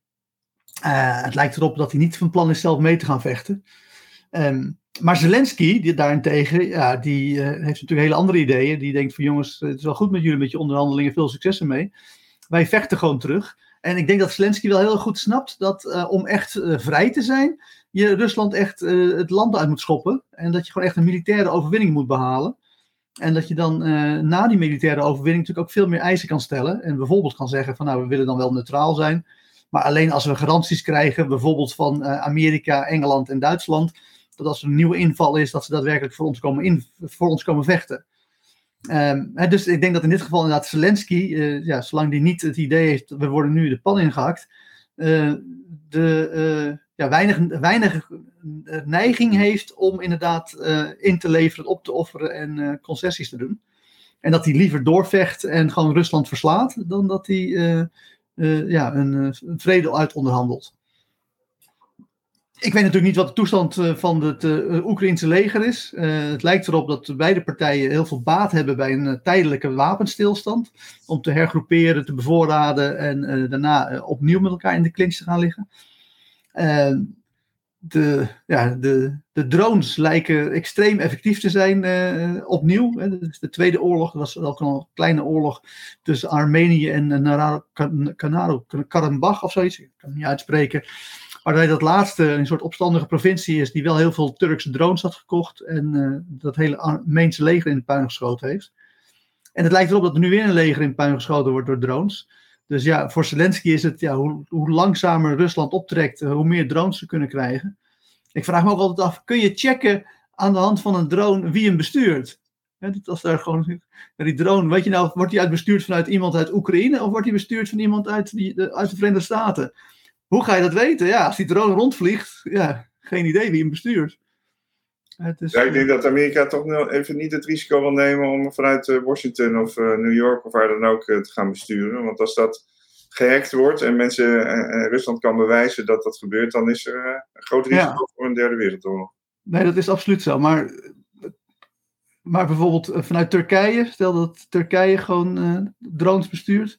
uh, het lijkt erop dat hij niet van plan is zelf mee te gaan vechten. Um, maar Zelensky, die daarentegen, ja, die uh, heeft natuurlijk hele andere ideeën. Die denkt van jongens, het is wel goed met jullie met je onderhandelingen, veel succes ermee. Wij vechten gewoon terug. En ik denk dat Zelensky wel heel goed snapt dat uh, om echt uh, vrij te zijn, je Rusland echt uh, het land uit moet schoppen. En dat je gewoon echt een militaire overwinning moet behalen. En dat je dan uh, na die militaire overwinning natuurlijk ook veel meer eisen kan stellen. En bijvoorbeeld kan zeggen van nou, we willen dan wel neutraal zijn. Maar alleen als we garanties krijgen, bijvoorbeeld van uh, Amerika, Engeland en Duitsland, dat als er een nieuwe inval is, dat ze daadwerkelijk voor ons komen, in, voor ons komen vechten. Um, he, dus ik denk dat in dit geval inderdaad Zelensky, uh, ja, zolang die niet het idee heeft, we worden nu de pan ingehakt, uh, de, uh, ja, weinig, weinig neiging heeft om inderdaad uh, in te leveren, op te offeren en uh, concessies te doen. En dat hij liever doorvecht en gewoon Rusland verslaat, dan dat hij uh, uh, ja, een, een vrede uit onderhandeld. Ik weet natuurlijk niet wat de toestand uh, van het uh, Oekraïnse leger is. Uh, het lijkt erop dat beide partijen heel veel baat hebben bij een uh, tijdelijke wapenstilstand. Om te hergroeperen, te bevoorraden en uh, daarna uh, opnieuw met elkaar in de clinch te gaan liggen. Uh, de, ja, de, de drones lijken extreem effectief te zijn uh, opnieuw. Hè. Dat is de tweede oorlog, dat was ook een kleine oorlog tussen Armenië en Nagorno-Karabach of zoiets. Ik kan het niet uitspreken. Waarbij dat laatste een soort opstandige provincie is die wel heel veel Turkse drones had gekocht en uh, dat hele Armeense leger in de puin geschoten heeft. En het lijkt erop dat er nu weer een leger in de puin geschoten wordt door drones. Dus ja, voor Zelensky is het, ja, hoe, hoe langzamer Rusland optrekt, hoe meer drones ze kunnen krijgen. Ik vraag me ook altijd af, kun je checken aan de hand van een drone wie hem bestuurt? He, dat als daar gewoon, die drone, weet je nou, wordt die uit bestuurd vanuit iemand uit Oekraïne of wordt die bestuurd van iemand uit, die, de, uit de Verenigde Staten? Hoe ga je dat weten? Ja, als die drone rondvliegt, ja, geen idee wie hem bestuurt. Het is, ja, ik denk dat Amerika toch nog even niet het risico wil nemen om vanuit uh, Washington of uh, New York of waar dan ook uh, te gaan besturen. Want als dat gehackt wordt en mensen uh, Rusland kan bewijzen dat dat gebeurt, dan is er uh, een groot risico ja. voor een derde wereldoorlog. Nee, dat is absoluut zo. Maar, maar bijvoorbeeld uh, vanuit Turkije, stel dat Turkije gewoon uh, drones bestuurt.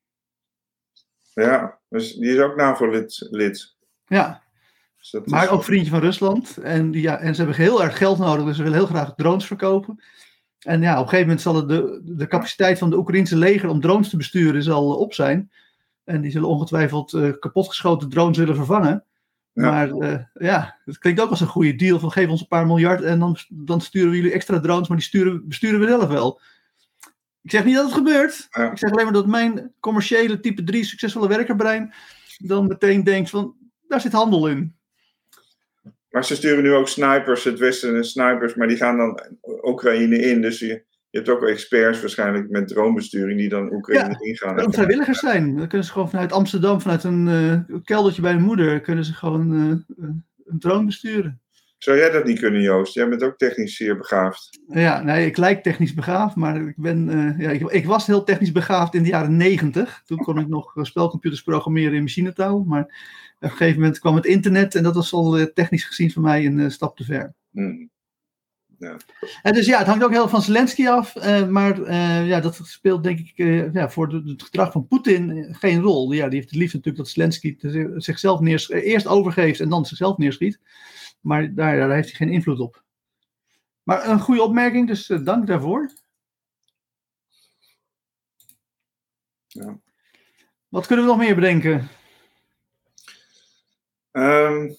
Ja, dus die is ook NAVO-lid. Lid. Ja. Dus maar is... ook vriendje van Rusland. En, die, ja, en ze hebben heel erg geld nodig, dus ze willen heel graag drones verkopen. En ja, op een gegeven moment zal het de, de capaciteit van de Oekraïnse leger om drones te besturen zal op zijn. En die zullen ongetwijfeld uh, kapotgeschoten drones willen vervangen. Ja. Maar uh, ja, het klinkt ook als een goede deal van geef ons een paar miljard en dan, dan sturen we jullie extra drones, maar die sturen, besturen we zelf wel. Ik zeg niet dat het gebeurt. Ja. Ik zeg alleen maar dat mijn commerciële type drie succesvolle werkerbrein dan meteen denkt van, daar zit handel in. Maar ze sturen nu ook snipers, het westen en snipers, maar die gaan dan Oekraïne in. Dus je, je hebt ook experts waarschijnlijk met dronebesturing die dan Oekraïne ja, ingaan. Dat vrijwilligers zijn. Dan kunnen ze gewoon vanuit Amsterdam, vanuit een uh, keldertje bij hun moeder, kunnen ze gewoon uh, een drone besturen. Zou jij dat niet kunnen, Joost? Jij bent ook technisch zeer begaafd. Ja, nee, ik lijk technisch begaafd, maar ik ben, uh, ja, ik, ik was heel technisch begaafd in de jaren negentig. Toen kon ik nog spelcomputers programmeren in machinetaal, maar op een gegeven moment kwam het internet en dat was al uh, technisch gezien voor mij een uh, stap te ver. Hmm. Ja. En dus ja, het hangt ook heel van Zelensky af, uh, maar uh, ja, dat speelt denk ik uh, ja, voor de, het gedrag van Poetin geen rol. Ja, die heeft het liefst natuurlijk dat Zelensky te, zichzelf neers, uh, eerst overgeeft en dan zichzelf neerschiet. Maar daar, daar heeft hij geen invloed op. Maar een goede opmerking, dus uh, dank daarvoor. Ja. Wat kunnen we nog meer bedenken? Um,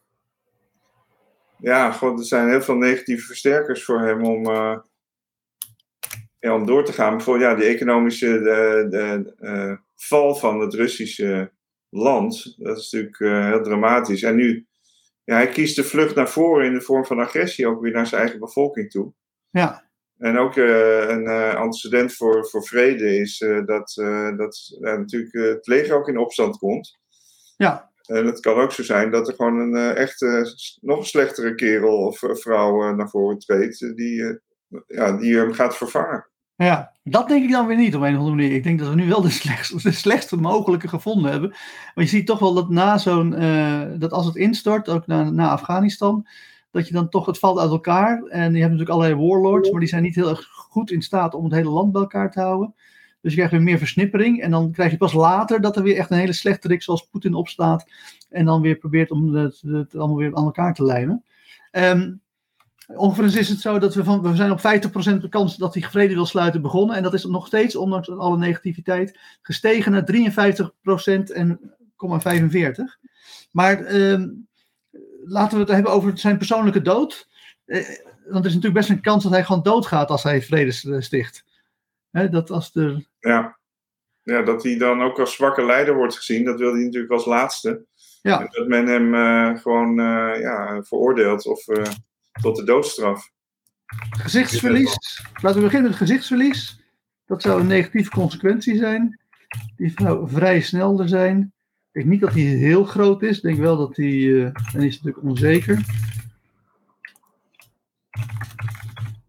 ja, god, er zijn heel veel negatieve versterkers voor hem om, uh, ja, om door te gaan. Bijvoorbeeld ja, die economische de, de, uh, val van het Russische land. Dat is natuurlijk uh, heel dramatisch. En nu, ja, hij kiest de vlucht naar voren in de vorm van agressie ook weer naar zijn eigen bevolking toe. Ja. En ook uh, een uh, antecedent voor, voor vrede is uh, dat, uh, dat uh, natuurlijk uh, het leger ook in opstand komt. Ja. En het kan ook zo zijn dat er gewoon een uh, echt uh, nog een slechtere kerel of uh, vrouw uh, naar voren treedt uh, die, uh, ja, die hem gaat vervangen. Ja, dat denk ik dan weer niet op een of andere manier. Ik denk dat we nu wel de slechtste, de slechtste mogelijke gevonden hebben. Maar je ziet toch wel dat na zo'n, uh, dat als het instort, ook na, na Afghanistan, dat je dan toch, het valt uit elkaar. En je hebt natuurlijk allerlei warlords, maar die zijn niet heel erg goed in staat om het hele land bij elkaar te houden. Dus je krijgt weer meer versnippering. En dan krijg je pas later dat er weer echt een hele slechterik zoals Poetin opstaat. En dan weer probeert om het, het allemaal weer aan elkaar te lijmen. Um, Overigens is het zo dat we, van, we zijn op vijftig procent de kans dat hij vrede wil sluiten begonnen. En dat is nog steeds, ondanks alle negativiteit, gestegen naar drieënvijftig procent en vijfenveertig. Maar um, laten we het hebben over zijn persoonlijke dood. Uh, want er is natuurlijk best een kans dat hij gewoon doodgaat als hij vrede sticht. He, dat als er... ja. ja, dat hij dan ook als zwakke leider wordt gezien. Dat wil hij natuurlijk als laatste. Ja. En dat men hem uh, gewoon uh, ja, veroordeelt of... Uh, tot de doodstraf. Gezichtsverlies. Laten we beginnen met gezichtsverlies. Dat zou een negatieve consequentie zijn. Die zou vrij snel er zijn. Ik denk niet dat die heel groot is. Ik denk wel dat die... Uh, dan is het natuurlijk onzeker.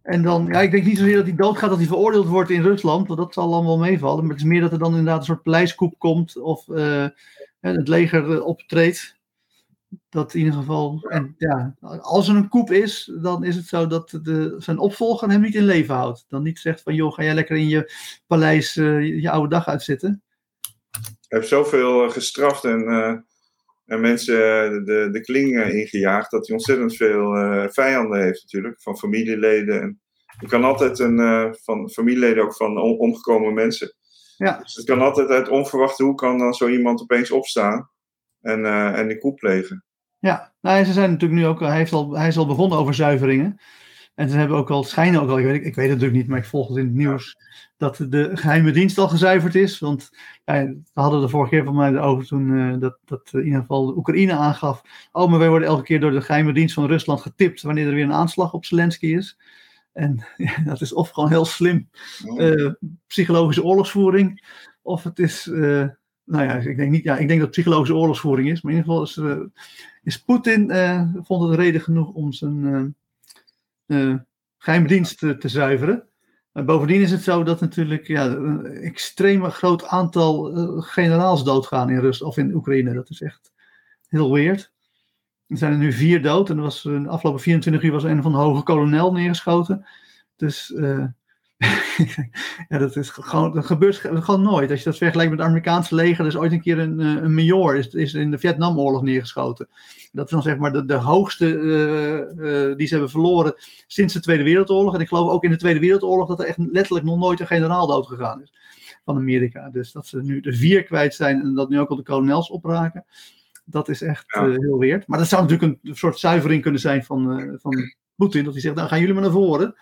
En dan, ja, ik denk niet zozeer dat hij doodgaat dat hij veroordeeld wordt in Rusland, want dat zal allemaal meevallen. Maar het is meer dat er dan inderdaad een soort paleiskoep komt of uh, het leger optreedt. Dat in ieder geval, en ja, als er een coup is, dan is het zo dat de, zijn opvolger hem niet in leven houdt. Dan niet zegt van, joh, ga jij lekker in je paleis uh, je oude dag uitzitten. Hij heeft zoveel gestraft en, uh, en mensen de, de kling ingejaagd, dat hij ontzettend veel uh, vijanden heeft natuurlijk, van familieleden. En je kan altijd een, uh, van familieleden ook van om, omgekomen mensen. Ja. Dus het kan altijd uit onverwachte hoek kan dan zo iemand opeens opstaan en, uh, en die coup plegen. Ja, nou, ze zijn natuurlijk nu ook, hij, heeft al, hij is al begonnen over zuiveringen. En ze hebben ook al, schijnen ook al, ik weet, ik weet het natuurlijk niet, maar ik volg het in het nieuws, dat de geheime dienst al gezuiverd is. Want ja, we hadden de vorige keer van mij over toen uh, dat, dat in ieder geval de Oekraïne aangaf. Oh, maar wij worden elke keer door de geheime dienst van Rusland getipt wanneer er weer een aanslag op Zelensky is. En ja, dat is of gewoon heel slim uh, psychologische oorlogsvoering, of het is, uh, nou ja, ik denk niet, ja, ik denk dat het psychologische oorlogsvoering is, maar in ieder geval is, uh, is Poetin, uh, vond het reden genoeg om zijn uh, uh, geheime dienst te, te zuiveren. Maar bovendien is het zo dat natuurlijk ja, een extreem groot aantal uh, generaals doodgaan in Rusland of in Oekraïne. Dat is echt heel weird. Er zijn er nu vier dood en er was de afgelopen vierentwintig uur was een van de hoge kolonel neergeschoten. Dus uh, ja, dat, is gewoon, dat gebeurt gewoon nooit. Als je dat vergelijkt met het Amerikaanse leger, er is ooit een keer een, een major is, is in de Vietnamoorlog neergeschoten. Dat is dan zeg maar de, de hoogste uh, uh, die ze hebben verloren sinds de Tweede Wereldoorlog. En ik geloof ook in de Tweede Wereldoorlog dat er echt letterlijk nog nooit een generaal dood gegaan is van Amerika. Dus dat ze nu de vier kwijt zijn en dat nu ook al de kolonels opraken. Dat is echt ja. uh, heel weird. Maar dat zou natuurlijk een, een soort zuivering kunnen zijn van, uh, van Poetin. Dat hij zegt, nou gaan jullie maar naar voren.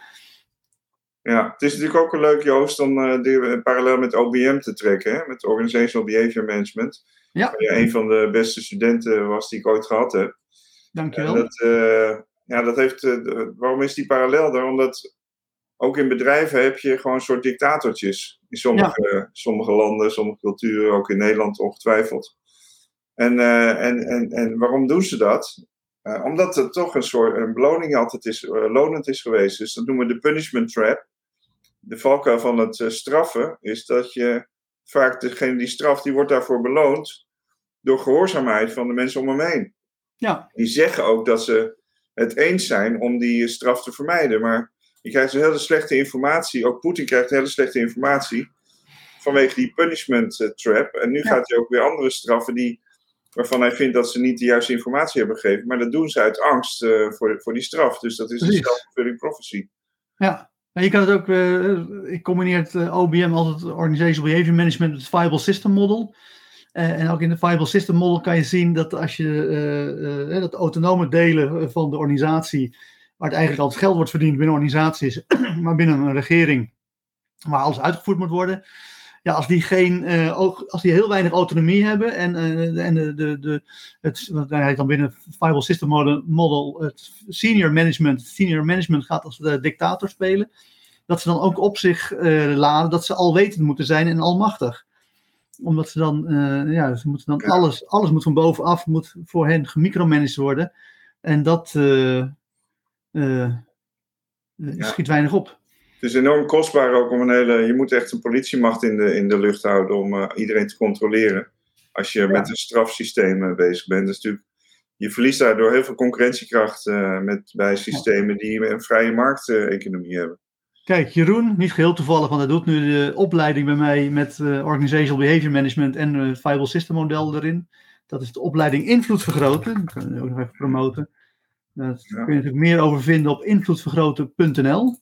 Ja, het is natuurlijk ook een leuk, Joost, om uh, die, parallel met O B M te trekken. Hè? Met Organizational Behavior Management. Ja. Waar je een van de beste studenten was die ik ooit gehad heb. Dankjewel. Uh, dat, uh, ja, dat heeft, uh, waarom is die parallel daar? Omdat ook in bedrijven heb je gewoon een soort dictatortjes. In sommige, ja. uh, sommige landen, sommige culturen, ook in Nederland ongetwijfeld. En, uh, en, en, en waarom doen ze dat? Uh, omdat het toch een soort een beloning altijd is, uh, lonend is geweest. Dus dat noemen we de punishment trap. De valkuil van het uh, straffen is dat je vaak degene die straft, die wordt daarvoor beloond door gehoorzaamheid van de mensen om hem heen. Ja. Die zeggen ook dat ze het eens zijn om die straf te vermijden. Maar je krijgt dus hele slechte informatie. Ook Poetin krijgt hele slechte informatie vanwege die punishment uh, trap. En nu ja. gaat hij ook weer andere straffen die... waarvan hij vindt dat ze niet de juiste informatie hebben gegeven. Maar dat doen ze uit angst uh, voor, voor die straf. Dus dat is Precies. een self-fulfilling prophecy. Ja, en je kan het ook... Uh, ik combineer het uh, O B M altijd, Organizational Behavior Management, met het Viable System Model. Uh, en ook in het Viable System Model kan je zien dat als je uh, uh, dat autonome delen van de organisatie, waar het eigenlijk al het geld wordt verdiend binnen organisaties, maar binnen een regering, waar alles uitgevoerd moet worden... Ja, als die, geen, uh, als die heel weinig autonomie hebben en, uh, en de, de, de, het, wat hij dan binnen het Viable System Model, model het senior management, senior management gaat als de dictator spelen, dat ze dan ook op zich uh, laden dat ze alwetend moeten zijn en almachtig. Omdat ze dan, uh, ja, ze moeten dan alles, alles moet van bovenaf, moet voor hen gemicromanaged worden. En dat uh, uh, ja. schiet weinig op. Het is enorm kostbaar ook om een hele... Je moet echt een politiemacht in de, in de lucht houden om uh, iedereen te controleren. Als je ja. met een strafsysteem uh, bezig bent. Dus natuurlijk, je verliest daardoor heel veel concurrentiekracht uh, met, bij systemen die een vrije markteconomie uh, hebben. Kijk, Jeroen, niet geheel toevallig, want hij doet nu de opleiding bij mij met uh, Organizational Behavior Management en het uh, Viable System Model erin. Dat is de opleiding Invloed Vergroten. Dat kunnen we ook nog even promoten. Daar ja. kun je natuurlijk meer over vinden op invloedvergroten punt n l.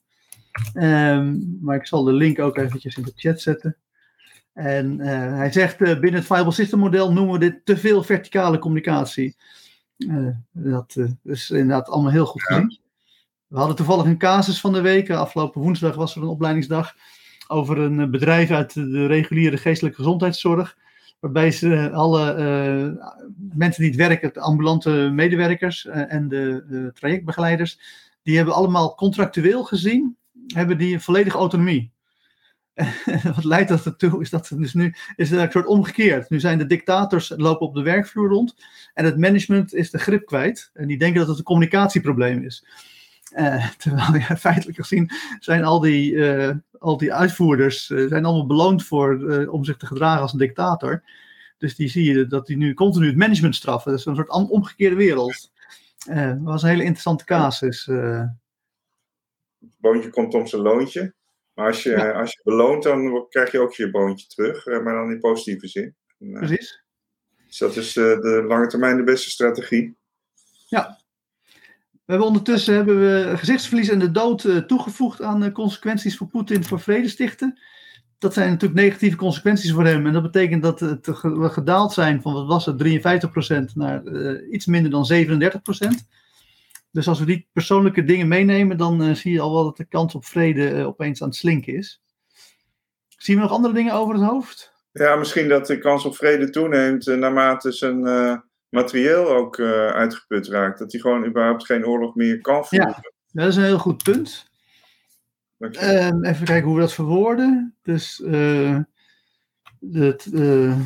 Um, maar ik zal de link ook eventjes in de chat zetten. En uh, hij zegt, uh, binnen het Viable System Model noemen we dit te veel verticale communicatie. Uh, dat uh, is inderdaad allemaal heel goed gezien. Ja. We hadden toevallig een casus van de week. Afgelopen woensdag was er een opleidingsdag over een bedrijf uit de reguliere geestelijke gezondheidszorg. Waarbij ze alle uh, mensen die het werken, de ambulante medewerkers uh, en de uh, trajectbegeleiders, die hebben allemaal contractueel gezien, hebben die een volledige autonomie. Wat leidt dat ertoe? Is dat dus nu is het een soort omgekeerd. Nu zijn de dictators lopen op de werkvloer rond en het management is de grip kwijt. En die denken dat het een communicatieprobleem is. Uh, terwijl ja, feitelijk gezien zijn al die, uh, al die uitvoerders uh, zijn allemaal beloond voor, uh, om zich te gedragen als een dictator. Dus die zie je dat die nu continu het management straffen. Dat is een soort omgekeerde wereld. Uh, dat was een hele interessante casus. Uh. Het boontje komt om zijn loontje. Maar als je, ja. als je beloont, dan krijg je ook je boontje terug. Maar dan in positieve zin. En, Precies. Dus dat is uh, de lange termijn de beste strategie. Ja. We hebben ondertussen hebben we gezichtsverlies en de dood uh, toegevoegd aan de consequenties voor Poetin voor vrede stichten. Dat zijn natuurlijk negatieve consequenties voor hem. En dat betekent dat het we gedaald zijn van, wat was het, drieënvijftig procent naar uh, iets minder dan zevenendertig procent. Dus als we die persoonlijke dingen meenemen, dan uh, zie je al wel dat de kans op vrede uh, opeens aan het slinken is. Zien we nog andere dingen over het hoofd? Ja, misschien dat de kans op vrede toeneemt uh, naarmate zijn uh, materieel ook uh, uitgeput raakt. Dat hij gewoon überhaupt geen oorlog meer kan voeren. Ja, dat is een heel goed punt. Uh, even kijken hoe we dat verwoorden. Dus, uh, het, uh,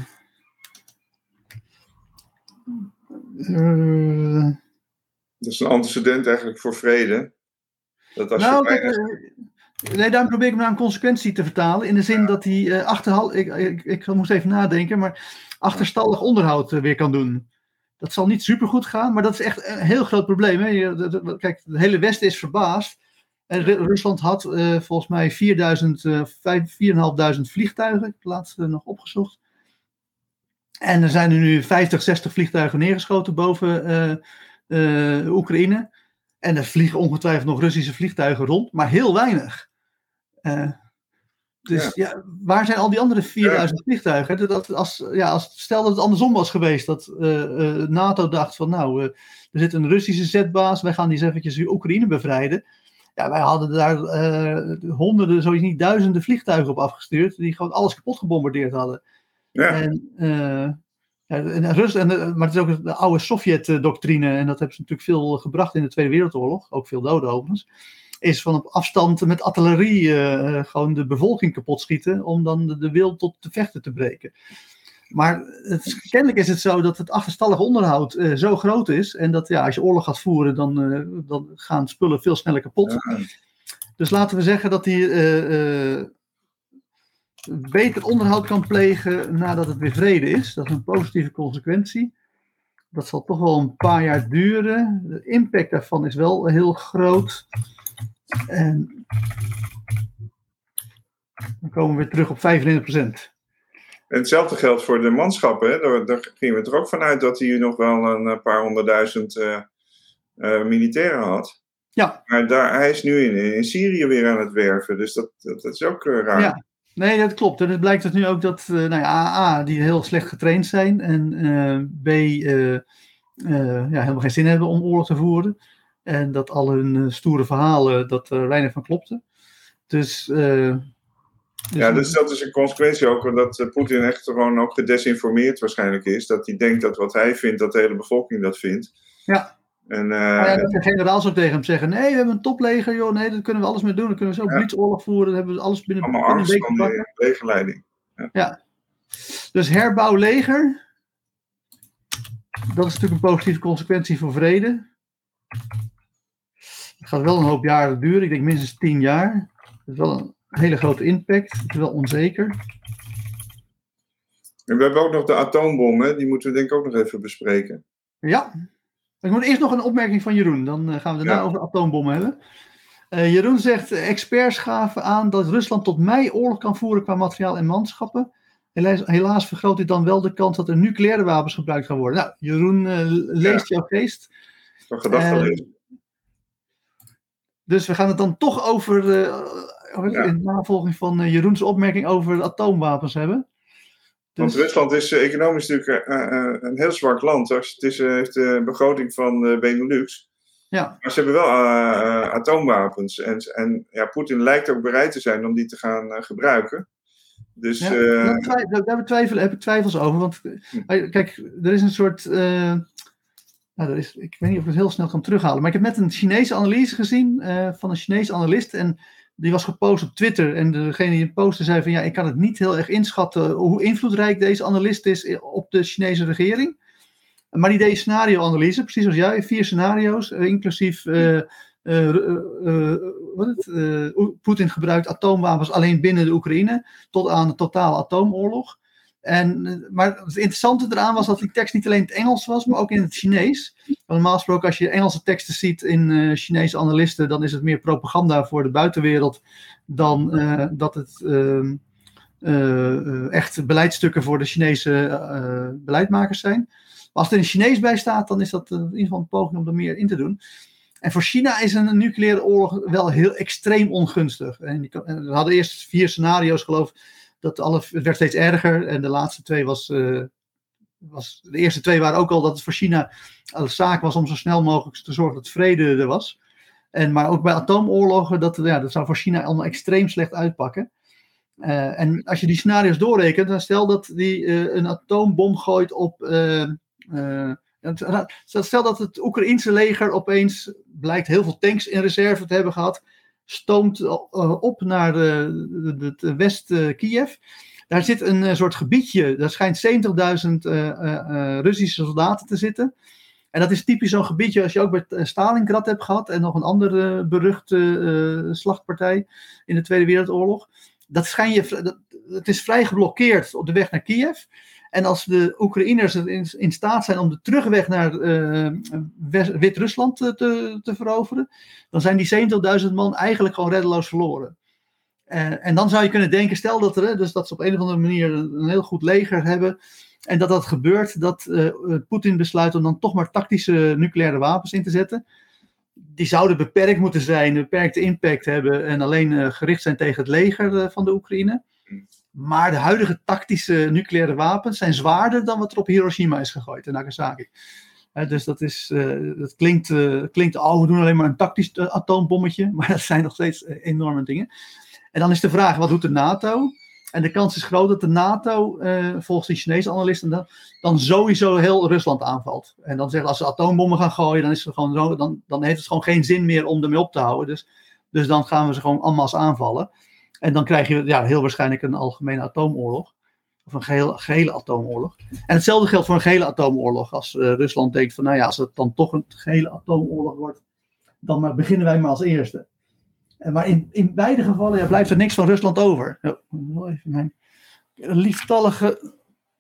uh, dat is een antecedent eigenlijk voor vrede. Dat als nou, je kijk, uh, nee, daarom probeer ik hem naar een consequentie te vertalen. In de zin ja. dat hij uh, achterhal, ik, ik, ik moest even nadenken, maar achterstallig onderhoud uh, weer kan doen. Dat zal niet supergoed gaan, maar dat is echt een heel groot probleem. Hè? Je, de, de, kijk, het hele Westen is verbaasd. En Rusland had uh, volgens mij vierduizend, uh, vierduizendvijfhonderd vliegtuigen, ik heb het laatst uh, nog opgezocht. En er zijn er nu vijftig, zestig vliegtuigen neergeschoten boven uh, uh, Oekraïne. En er vliegen ongetwijfeld nog Russische vliegtuigen rond, maar heel weinig. Uh, dus ja. ja, waar zijn al die andere vierduizend ja. vliegtuigen? Dat als, ja, als, stel dat het andersom was geweest, dat uh, uh, NATO dacht van nou, uh, er zit een Russische zetbaas, wij gaan die eens eventjes Oekraïne bevrijden. Ja, wij hadden daar uh, honderden, zo niet duizenden vliegtuigen op afgestuurd, die gewoon alles kapot gebombardeerd hadden. Ja. En, uh, ja, en Rus, en, maar het is ook de oude Sovjet-doctrine, en dat hebben ze natuurlijk veel gebracht in de Tweede Wereldoorlog, ook veel doden overigens, is van op afstand met artillerie uh, gewoon de bevolking kapot schieten, om dan de, de wil tot te vechten te breken. Maar het, kennelijk is het zo dat het achterstallig onderhoud uh, zo groot is. En dat ja, als je oorlog gaat voeren, dan, uh, dan gaan spullen veel sneller kapot. Ja. Dus laten we zeggen dat hij uh, uh, beter onderhoud kan plegen nadat het weer vrede is. Dat is een positieve consequentie. Dat zal toch wel een paar jaar duren. De impact daarvan is wel heel groot. En dan komen we weer terug op vijfennegentig procent. En hetzelfde geldt voor de manschappen. Hè? Daar, daar gingen we er ook vanuit dat hij nog wel een paar honderdduizend uh, uh, militairen had. Ja. Maar daar, hij is nu in, in Syrië weer aan het werven. Dus dat, dat, dat is ook uh, raar. Ja. Nee, dat klopt. En het blijkt dus nu ook dat uh, nou ja, A, die heel slecht getraind zijn. En uh, B, uh, uh, ja, helemaal geen zin hebben om oorlog te voeren. En dat al hun uh, stoere verhalen, dat er weinig van klopte. Dus... Uh, Dus ja, dus dat is een consequentie ook, dat uh, Poetin echt gewoon ook gedesinformeerd waarschijnlijk is. Dat hij denkt dat wat hij vindt, dat de hele bevolking dat vindt. Ja. En, uh, maar ja, dat de generaal zou tegen hem zeggen, nee, we hebben een topleger, joh, nee, daar kunnen we alles mee doen. Dan kunnen we zo ja. blitzoorlog voeren, dan hebben we alles binnen, binnen een week van de legerleiding. Ja. ja. Dus herbouw leger, dat is natuurlijk een positieve consequentie voor vrede. Het gaat wel een hoop jaren duren, ik denk minstens tien jaar. Dat is wel een hele grote impact, het is wel onzeker. En we hebben ook nog de atoombom, hè? Die moeten we denk ik ook nog even bespreken. Ja, ik moet eerst nog een opmerking van Jeroen, dan gaan we daarna ja. over atoombommen hebben. Uh, Jeroen zegt, experts gaven aan dat Rusland tot mei oorlog kan voeren qua materiaal en manschappen. Helaas, helaas vergroot dit dan wel de kans dat er nucleaire wapens gebruikt gaan worden. Nou, Jeroen, uh, leest ja. jouw geest. Van gedachten uh, lezen. Dus we gaan het dan toch over... Uh, Ja. in navolging van uh, Jeroens opmerking over atoomwapens hebben. Dus... Want Rusland is uh, economisch natuurlijk uh, uh, een heel zwak land. Het is, uh, heeft de begroting van uh, Benelux. Ja. Maar ze hebben wel uh, uh, atoomwapens. En, en ja, Poetin lijkt ook bereid te zijn om die te gaan uh, gebruiken. Dus, ja, uh... daar, twi- daar, daar twijfel, heb ik twijfels over. Want uh, kijk, er is een soort... Uh, nou, er is, ik weet niet of ik het heel snel kan terughalen. Maar ik heb net een Chinese analyse gezien uh, van een Chinese analist. En die was gepost op Twitter en degene die het postte zei van ja, ik kan het niet heel erg inschatten hoe invloedrijk deze analist is op de Chinese regering. Maar die deed scenario-analyse, precies als jij, vier scenario's, inclusief uh, uh, uh, uh, wat het, uh, Poetin gebruikt atoomwapens alleen binnen de Oekraïne, tot aan de totale atoomoorlog. En, maar het interessante eraan was dat die tekst niet alleen in het Engels was, maar ook in het Chinees. Normaal gesproken, als je Engelse teksten ziet in uh, Chinese analisten, dan is het meer propaganda voor de buitenwereld dan uh, dat het uh, uh, echt beleidsstukken voor de Chinese uh, beleidmakers zijn. Maar als er in Chinees bij staat, dan is dat uh, in ieder geval een poging om er meer in te doen. En voor China is een nucleaire oorlog wel heel extreem ongunstig. En die, we hadden eerst vier scenario's, geloof ik. Dat alle, het werd steeds erger en de laatste twee was, uh, was... De eerste twee waren ook al dat het voor China een zaak was om zo snel mogelijk te zorgen dat vrede er was. En, maar ook bij atoomoorlogen, dat, ja, dat zou voor China allemaal extreem slecht uitpakken. Uh, en als je die scenario's doorrekent, dan stel dat die uh, een atoombom gooit op... Uh, uh, stel dat het Oekraïense leger opeens blijkt heel veel tanks in reserve te hebben gehad... stoomt uh, op naar het West-Kiev. Uh, Daar zit een uh, soort gebiedje, daar schijnt zeventigduizend uh, uh, uh, Russische soldaten te zitten. En dat is typisch zo'n gebiedje als je ook bij uh, Stalingrad hebt gehad en nog een andere uh, beruchte uh, slachtpartij in de Tweede Wereldoorlog. Dat schijn je, dat, het is vrij geblokkeerd op de weg naar Kiev. En als de Oekraïners in, in staat zijn om de terugweg naar uh, Wit-Rusland te, te, te veroveren, dan zijn die zeventigduizend man eigenlijk gewoon reddeloos verloren. Uh, en dan zou je kunnen denken, stel dat, er, dus dat ze op een of andere manier een, een heel goed leger hebben, en dat dat gebeurt, dat uh, Poetin besluit om dan toch maar tactische nucleaire wapens in te zetten. Die zouden beperkt moeten zijn, beperkte impact hebben en alleen uh, gericht zijn tegen het leger uh, van de Oekraïne. Maar de huidige tactische nucleaire wapens zijn zwaarder dan wat er op Hiroshima is gegooid en Nagasaki. Uh, dus dat, is, uh, dat klinkt, uh, klinkt, oh, we doen alleen maar een tactisch uh, atoombommetje, maar dat zijn nog steeds uh, enorme dingen. En dan is de vraag, wat doet de NATO? En de kans is groot dat de NATO, uh, volgens die Chinese analisten, dan, dan sowieso heel Rusland aanvalt. En dan zeggen, als ze atoombommen gaan gooien, dan, is het gewoon, dan, dan heeft het gewoon geen zin meer om ermee op te houden. Dus, dus dan gaan we ze gewoon en masse aanvallen. En dan krijg je ja, heel waarschijnlijk een algemene atoomoorlog. Of een gehele, gehele atoomoorlog. En hetzelfde geldt voor een gehele atoomoorlog. Als uh, Rusland denkt van, nou ja, als het dan toch een gehele atoomoorlog wordt, dan maar beginnen wij maar als eerste. En maar in, in beide gevallen ja, blijft er niks van Rusland over. Oh, even mijn lieftallige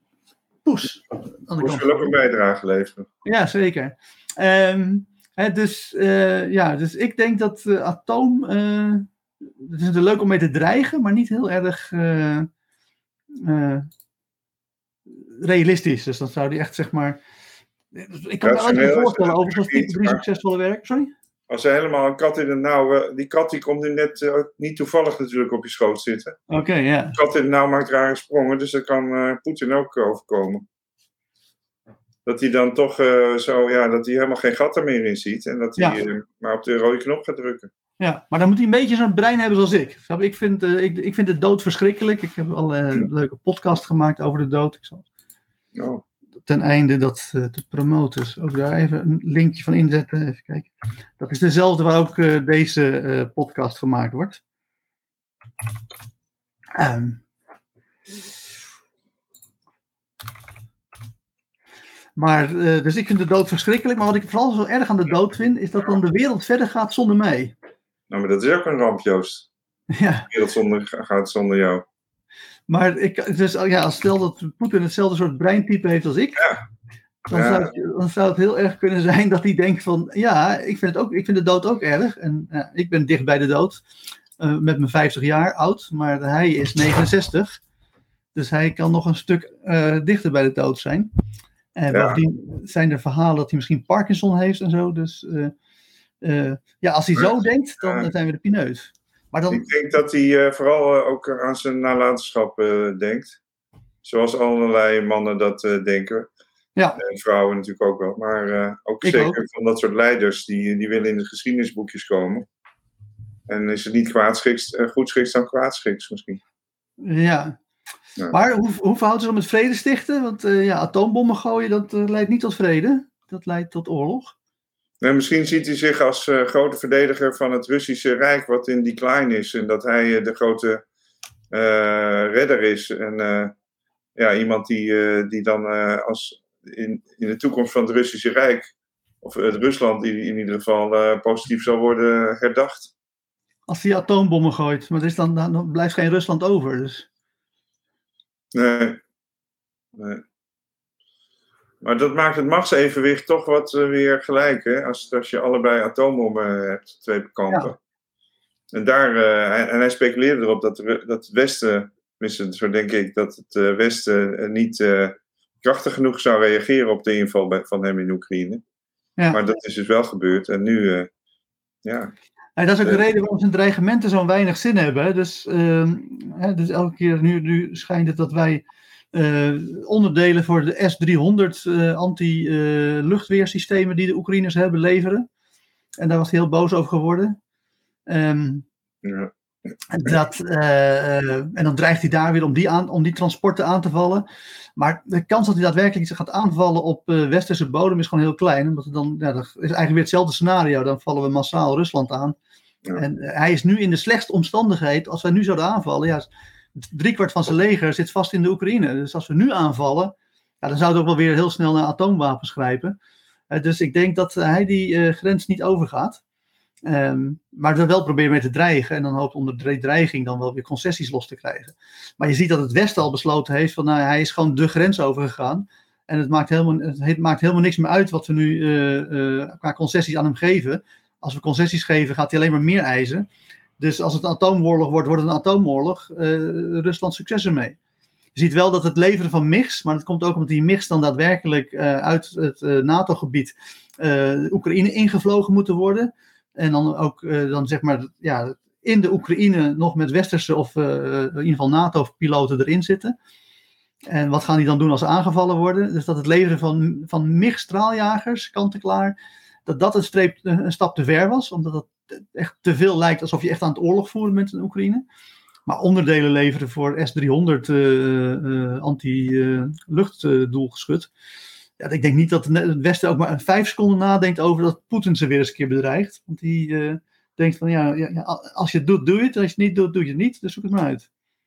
poes. Poes wil ook een bijdrage leveren. Ja, zeker. Um, hè, dus, uh, ja, dus ik denk dat uh, atoom... Uh, het is leuk om mee te dreigen, maar niet heel erg uh, uh, realistisch. Dus dan zou die echt, zeg maar... Ik kan me altijd voorstellen over zo'n type drie succesvolle werk. Sorry? Als er helemaal een kat in de nauw... Die kat die komt nu net uh, niet toevallig natuurlijk op je schoot zitten. Oké, okay, ja. De kat in de nauw maakt rare sprongen, dus dat kan uh, Poetin ook uh, overkomen. Dat hij dan toch uh, zo... Ja, dat hij helemaal geen gat er meer in ziet. En dat hij ja. uh, maar op de rode knop gaat drukken. Ja, maar dan moet hij een beetje zo'n brein hebben zoals ik. Ik vind, uh, ik, ik vind de dood verschrikkelijk. Ik heb al uh, een leuke podcast gemaakt over de dood. Ik zal oh. ten einde dat uh, te promoten. Dus ook daar even een linkje van inzetten. Even kijken. Dat is dezelfde waar ook uh, deze uh, podcast gemaakt wordt. Um. Maar, uh, dus ik vind de dood verschrikkelijk. Maar wat ik vooral zo erg aan de dood vind, is dat dan de wereld verder gaat zonder mij. Nou, maar dat is ook een ramp, Joost. Ja. De wereld zonder, gaat zonder jou. Maar ik, dus, ja, stel dat Poetin hetzelfde soort breintype heeft als ik, ja. Dan, ja. zou het, dan zou het heel erg kunnen zijn dat hij denkt van, ja, ik vind, het ook, ik vind de dood ook erg. En ja, ik ben dicht bij de dood, uh, met mijn vijftig jaar oud, maar hij is negenenzestig. Dus hij kan nog een stuk uh, dichter bij de dood zijn. En ja. Bovendien zijn er verhalen dat hij misschien Parkinson heeft en zo. Dus uh, uh, ja, als hij zo denkt, dan uh, zijn we de pineut. Maar dan... Ik denk dat hij uh, vooral uh, ook aan zijn nalatenschap uh, denkt. Zoals allerlei mannen dat uh, denken. Ja. En vrouwen natuurlijk ook wel. Maar uh, ook Ik zeker ook. van dat soort leiders, die, die willen in de geschiedenisboekjes komen. En is het niet kwaadschiks, uh, goedschiks dan kwaadschiks misschien. Ja. Ja. Maar hoe, hoe verhoudt het zich met vrede stichten? Want uh, ja, atoombommen gooien, dat uh, leidt niet tot vrede. Dat leidt tot oorlog. Nee, misschien ziet hij zich als uh, grote verdediger van het Russische Rijk, wat in decline is. En dat hij uh, de grote uh, redder is. En uh, ja, iemand die, uh, die dan uh, als in, in de toekomst van het Russische Rijk of het Rusland die in ieder geval uh, positief zal worden herdacht. Als hij atoombommen gooit, maar er is dan, dan blijft geen Rusland over. Dus. Nee. nee. Maar dat maakt het machtsevenwicht toch wat uh, weer gelijk, hè? Als, als je allebei atoombommen hebt, twee kampen. Ja. En, daar, uh, en hij speculeerde erop dat, de, dat het Westen, tenminste zo denk ik, dat het uh, Westen uh, niet uh, krachtig genoeg zou reageren op de inval bij, van hem in Oekraïne. Ja. Maar dat is dus wel gebeurd. En nu, uh, ja... En dat is ook de reden waarom zijn dreigementen zo'n weinig zin hebben. Dus, uh, hè, dus elke keer nu, nu schijnt het dat wij uh, onderdelen voor de S driehonderd uh, anti-luchtweersystemen uh, die de Oekraïners hebben leveren. En daar was hij heel boos over geworden. Um, ja. dat, uh, uh, en dan dreigt hij daar weer om die, aan, om die transporten aan te vallen. Maar de kans dat hij daadwerkelijk iets gaat aanvallen op uh, westerse bodem is gewoon heel klein. Omdat het dan, ja, dat is eigenlijk weer hetzelfde scenario. Dan vallen we massaal Rusland aan. Ja. En uh, hij is nu in de slechtste omstandigheid. Als wij nu zouden aanvallen, ja, driekwart van zijn leger zit vast in de Oekraïne. Dus als we nu aanvallen, ja, dan zou het ook wel weer heel snel naar atoomwapens grijpen. Uh, dus ik denk dat uh, hij die uh, grens niet overgaat. Um, maar er wel proberen mee te dreigen. En dan hoopt onder de dreiging dan wel weer concessies los te krijgen. Maar je ziet dat het Westen al besloten heeft van nou, hij is gewoon de grens overgegaan. En het maakt helemaal, het maakt helemaal niks meer uit wat we nu uh, uh, qua concessies aan hem geven. Als we concessies geven gaat hij alleen maar meer eisen. Dus als het een atoomoorlog wordt, wordt het een atoomoorlog. Uh, Rusland succes ermee. Je ziet wel dat het leveren van M I G's, maar dat komt ook omdat die M I G's dan daadwerkelijk uh, uit het uh, NATO-gebied uh, Oekraïne ingevlogen moeten worden. En dan ook uh, dan zeg maar, ja, in de Oekraïne nog met westerse of uh, in ieder geval NATO-piloten erin zitten. En wat gaan die dan doen als ze aangevallen worden? Dus dat het leveren van, van M I G-straaljagers, kant-en-klaar, dat dat een, streep, een stap te ver was. Omdat het echt te veel lijkt alsof je echt aan het oorlog voert met de Oekraïne. Maar onderdelen leveren voor S driehonderd uh, uh, anti-luchtdoelgeschut. Uh, Ja, ik denk niet dat het Westen ook maar een vijf seconden nadenkt over dat Poetin ze weer eens een keer bedreigt. Want die uh, denkt van ja, ja, ja, als je het doet, doe je het. Als je het niet doet, doe je het niet. Dus zoek het maar uit.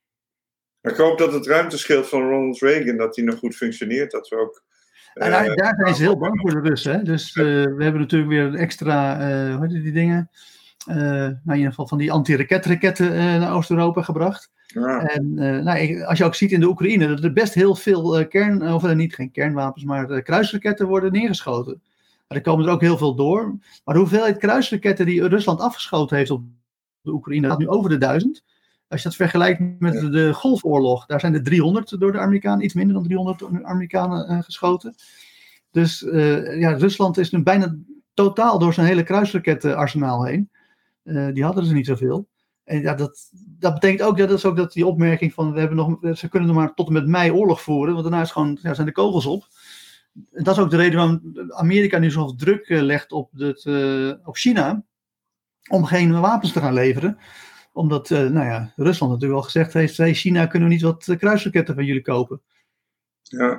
Ik hoop dat het ruimteschild van Ronald Reagan, dat die nog goed functioneert. Dat we ook... Uh, daar, daar zijn ze heel bang voor de Russen. Hè? Dus uh, we hebben natuurlijk weer extra, uh, hoe heet die dingen? Uh, nou in ieder geval van die anti-raketraketten uh, naar Oost-Europa gebracht. Ja. En uh, nou, als je ook ziet in de Oekraïne, dat er best heel veel uh, kern, of uh, niet geen kernwapens, maar uh, kruisraketten worden neergeschoten. Maar er komen er ook heel veel door. Maar de hoeveelheid kruisraketten die Rusland afgeschoten heeft op de Oekraïne, gaat nu over de duizend. Als je dat vergelijkt met ja. de, de Golfoorlog, daar zijn er driehonderd door de Amerikanen, iets minder dan driehonderd door de Amerikanen uh, geschoten. Dus uh, ja, Rusland is nu bijna totaal door zijn hele kruisrakettenarsenaal heen. Uh, die hadden ze niet zoveel. En ja, dat, dat betekent ook, ja, dat is ook dat die opmerking van we hebben nog, ze kunnen nog maar tot en met mei oorlog voeren, want daarna is gewoon, ja, zijn de kogels op. En dat is ook de reden waarom Amerika nu zoveel druk uh, legt op, het, uh, op China om geen wapens te gaan leveren. Omdat uh, nou ja, Rusland natuurlijk al gezegd heeft, hey, China, kunnen we niet wat uh, kruisraketten van jullie kopen? Ja.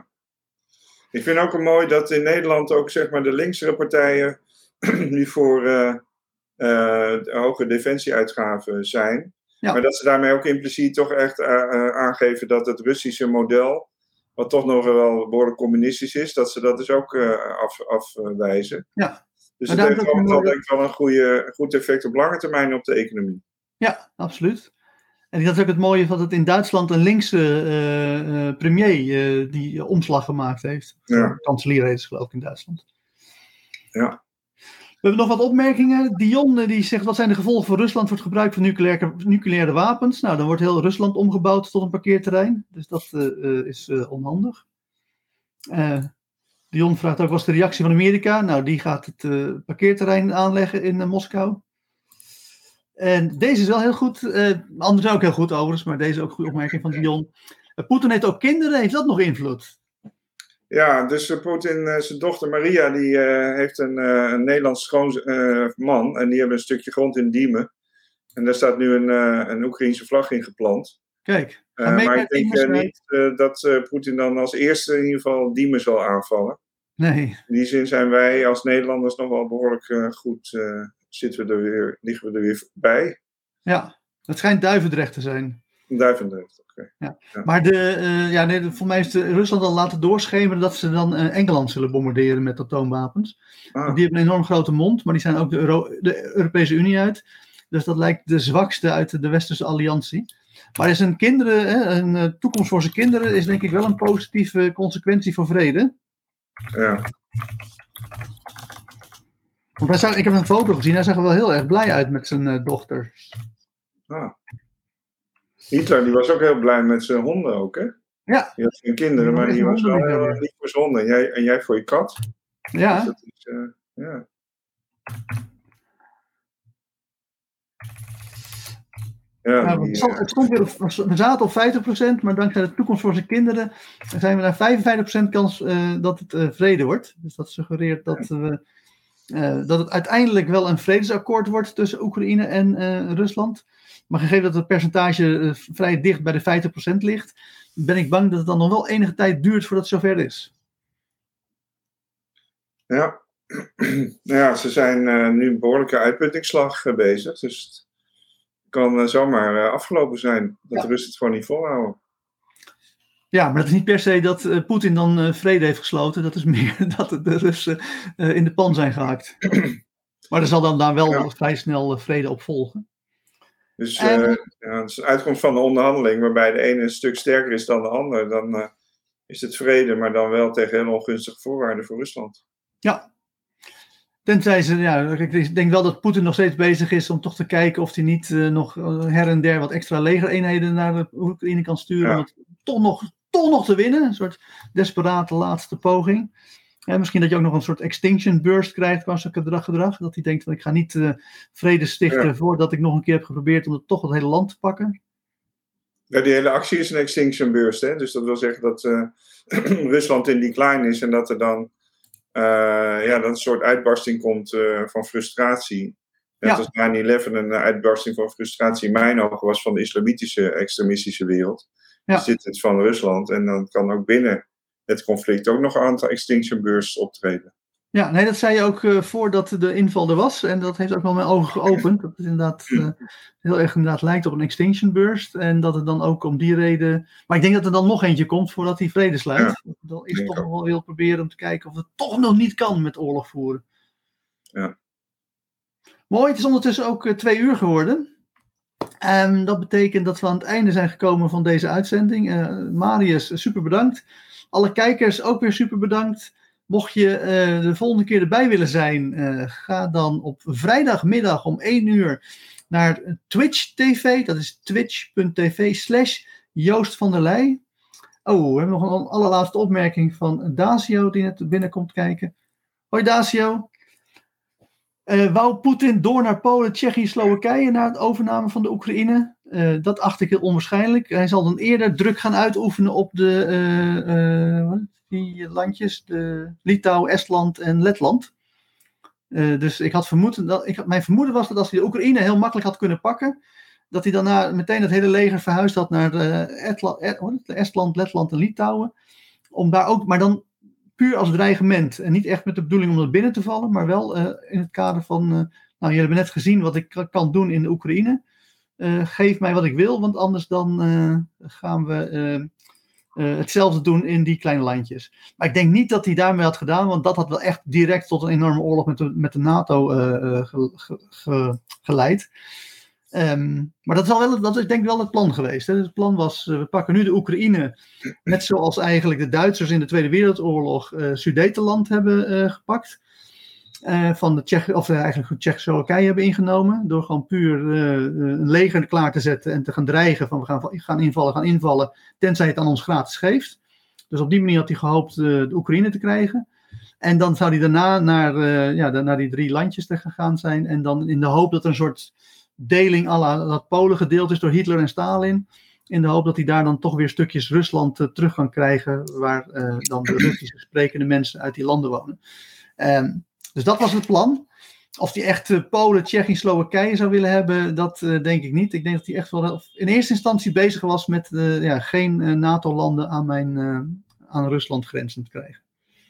Ik vind ook mooi dat in Nederland ook zeg maar de linkse partijen nu voor uh, uh, hoge defensieuitgaven zijn. Ja. Maar dat ze daarmee ook impliciet toch echt uh, uh, aangeven dat het Russische model, wat toch nog wel behoorlijk communistisch is, dat ze dat dus ook uh, af, afwijzen. Ja. Dus het heeft wel, wel, denk ik, wel een goede, goed effect op lange termijn op de economie. Ja, absoluut. En dat is ook het mooie van dat in Duitsland een linkse uh, uh, premier uh, die omslag gemaakt heeft. Ja. De kanselier heet ze, geloof ik, in Duitsland. Ja. We hebben nog wat opmerkingen. Dion die zegt, wat zijn de gevolgen voor Rusland voor het gebruik van nucleaire, nucleaire wapens? Nou, dan wordt heel Rusland omgebouwd tot een parkeerterrein. Dus dat uh, uh, is uh, onhandig. Uh, Dion vraagt ook, wat is de reactie van Amerika? Nou, die gaat het uh, parkeerterrein aanleggen in uh, Moskou. En deze is wel heel goed. Uh, andere zijn ook heel goed overigens, maar deze ook een goede opmerking van Dion. Uh, Poetin heeft ook kinderen, heeft dat nog invloed? Ja, dus uh, Poetin, uh, zijn dochter Maria, die uh, heeft een, uh, een Nederlands schoonman. Uh, en die hebben een stukje grond in Diemen. En daar staat nu een, uh, een Oekraïense vlag in geplant. Kijk. Uh, maar ik denk uh, niet uh, dat uh, Poetin dan als eerste in ieder geval Diemen zal aanvallen. Nee. In die zin zijn wij als Nederlanders nog wel behoorlijk uh, goed... Uh, zitten we er weer, liggen we er weer bij. Ja, het schijnt Duivendrecht te zijn. Duivendrecht, oké. Okay. Ja. Ja. Maar de, uh, ja, nee, voor mij is de, Rusland al laten doorschemeren dat ze dan uh, Engeland zullen bombarderen met atoomwapens. Ah. Die hebben een enorm grote mond, maar die zijn ook de, Euro- de Europese Unie uit. Dus dat lijkt de zwakste uit de Westerse alliantie. Maar is een, kinderen, hè, een uh, toekomst voor zijn kinderen is denk ik wel een positieve consequentie voor vrede. Ja. Want hij zag, ik heb een foto gezien, hij zag er wel heel erg blij uit met zijn uh, dochter. Ah. Hitler die was ook heel blij met zijn honden ook, hè? Ja. Die had geen kinderen, maar die was wel heel lief voor zijn honden. En jij, en jij voor je kat. Ja. Dus dat is, uh, ja. Ja, nou, die, het, het stond weer op, we zaten op vijftig procent, maar dankzij de toekomst voor zijn kinderen zijn we naar vijfenvijftig procent kans uh, dat het uh, vrede wordt. Dus dat suggereert dat, we, uh, dat het uiteindelijk wel een vredesakkoord wordt tussen Oekraïne en uh, Rusland. Maar gegeven dat het percentage uh, vrij dicht bij de vijftig procent ligt, ben ik bang dat het dan nog wel enige tijd duurt voordat het zover is. Ja, ja ze zijn uh, nu een behoorlijke uitputtingsslag uh, bezig, dus het kan uh, zomaar uh, afgelopen zijn. Dat de Russen het gewoon niet volhouden. Ja, maar dat is niet per se dat uh, Poetin dan uh, vrede heeft gesloten. Dat is meer dat de Russen uh, in de pan zijn gehakt. Maar er zal dan daar wel ja. vrij snel uh, vrede op volgen. Dus uh, en... ja, het is een uitkomst van de onderhandeling waarbij de ene een stuk sterker is dan de ander. Dan uh, is het vrede, maar dan wel tegen heel ongunstige voorwaarden voor Rusland. Ja. Tenzij ze, ja, ik denk wel dat Poetin nog steeds bezig is om toch te kijken of hij niet uh, nog her en der wat extra legereenheden naar de Oekraïne kan sturen. Ja. Om het toch nog, toch nog te winnen. Een soort desperate laatste poging. Ja, misschien dat je ook nog een soort extinction burst krijgt qua zijn gedrag, gedrag. Dat hij denkt van ik ga niet uh, vrede stichten ja. voordat ik nog een keer heb geprobeerd om het toch het hele land te pakken. Ja, die hele actie is een extinction burst. Hè? Dus dat wil zeggen dat uh, Rusland in decline is en dat er dan Uh, ja, dat een soort uitbarsting komt uh, van frustratie. Net ja. als nine eleven een uitbarsting van frustratie in mijn ogen was van de islamitische extremistische wereld. Ja. Dus dit is van Rusland. En dan kan ook binnen het conflict ook nog een aantal extinction bursts optreden. Ja, nee, dat zei je ook uh, voordat de inval er was. En dat heeft ook wel mijn ogen geopend. Dat het inderdaad uh, heel erg inderdaad lijkt op een extinction burst. En dat het dan ook om die reden... Maar ik denk dat er dan nog eentje komt voordat hij vrede sluit. Ja, dan is toch nog wel heel proberen om te kijken of het toch nog niet kan met oorlog voeren. Ja. Mooi, het is ondertussen ook uh, twee uur geworden. En dat betekent dat we aan het einde zijn gekomen van deze uitzending. Uh, Marius, super bedankt. Alle kijkers ook weer super bedankt. Mocht je uh, de volgende keer erbij willen zijn, uh, ga dan op vrijdagmiddag om één uur naar Twitch T V. Dat is twitch.tv slash Joost van der Leij. Oh, we hebben nog een allerlaatste opmerking van Dacio die net binnenkomt kijken. Hoi Dacio. Uh, wou Poetin door naar Polen, Tsjechië, Slowakije na het overname van de Oekraïne? Uh, dat acht ik heel onwaarschijnlijk. Hij zal dan eerder druk gaan uitoefenen op de... Uh, uh, die landjes, de Litouwen, Estland en Letland. Uh, dus ik had vermoed, dat, ik had, mijn vermoeden was dat als hij de Oekraïne heel makkelijk had kunnen pakken, dat hij daarna meteen het hele leger verhuisd had naar de Etla, Et, Estland, Letland en Litouwen. Om daar ook, maar dan puur als dreigement. En niet echt met de bedoeling om er binnen te vallen, maar wel uh, in het kader van, uh, nou jullie hebben net gezien wat ik kan doen in de Oekraïne. Uh, geef mij wat ik wil, want anders dan uh, gaan we... Uh, Uh, hetzelfde doen in die kleine landjes. Maar ik denk niet dat hij daarmee had gedaan, want dat had wel echt direct tot een enorme oorlog met de, met de NATO uh, ge, ge, ge, geleid. Um, maar dat is, al wel, dat is denk ik wel het plan geweest. Hè? Het plan was, uh, we pakken nu de Oekraïne, net zoals eigenlijk de Duitsers in de Tweede Wereldoorlog uh, Sudetenland hebben uh, gepakt. Uh, van de Tsjech, of uh, eigenlijk Tsjechoslowakije hebben ingenomen. Door gewoon puur uh, een leger klaar te zetten en te gaan dreigen van we gaan, gaan invallen, gaan invallen, tenzij het aan ons gratis geeft. Dus op die manier had hij gehoopt uh, de Oekraïne te krijgen. En dan zou hij daarna naar, uh, ja, naar die drie landjes te gegaan zijn. En dan in de hoop dat er een soort deling à la dat Polen gedeeld is door Hitler en Stalin. In de hoop dat hij daar dan toch weer stukjes Rusland uh, terug kan krijgen. Waar uh, dan de Russisch sprekende mensen uit die landen wonen. Um, Dus dat was het plan. Of hij echt uh, Polen, Tsjechië, Slowakije zou willen hebben, dat uh, denk ik niet. Ik denk dat hij echt wel in eerste instantie bezig was met uh, ja, geen uh, NATO-landen aan, mijn, uh, aan Rusland grenzend krijgen.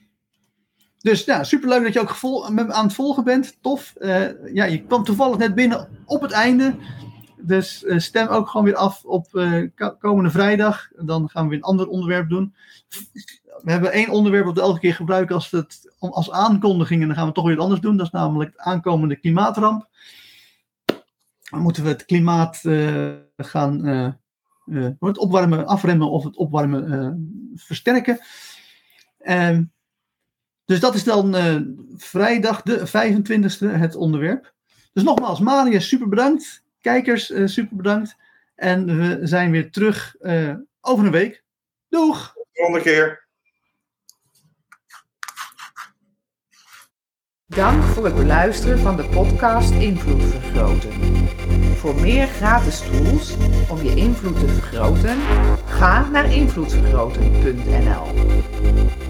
Dus ja, superleuk dat je ook gevol- aan het volgen bent. Tof. Uh, ja, je kwam toevallig net binnen op het einde. Dus uh, stem ook gewoon weer af op uh, komende vrijdag. Dan gaan we weer een ander onderwerp doen. We hebben één onderwerp dat we elke keer gebruiken als, het, als aankondiging. En dan gaan we toch weer anders doen. Dat is namelijk de aankomende klimaatramp. Dan moeten we het klimaat uh, gaan uh, uh, het opwarmen, afremmen of het opwarmen uh, versterken. Uh, dus dat is dan uh, vrijdag de vijfentwintigste het onderwerp. Dus nogmaals, Marius, super bedankt. Kijkers, uh, super bedankt. En we zijn weer terug uh, over een week. Doeg! Volgende keer. Dank voor het beluisteren van de podcast Invloed Vergroten. Voor meer gratis tools om je invloed te vergroten, ga naar invloedvergroten punt n l.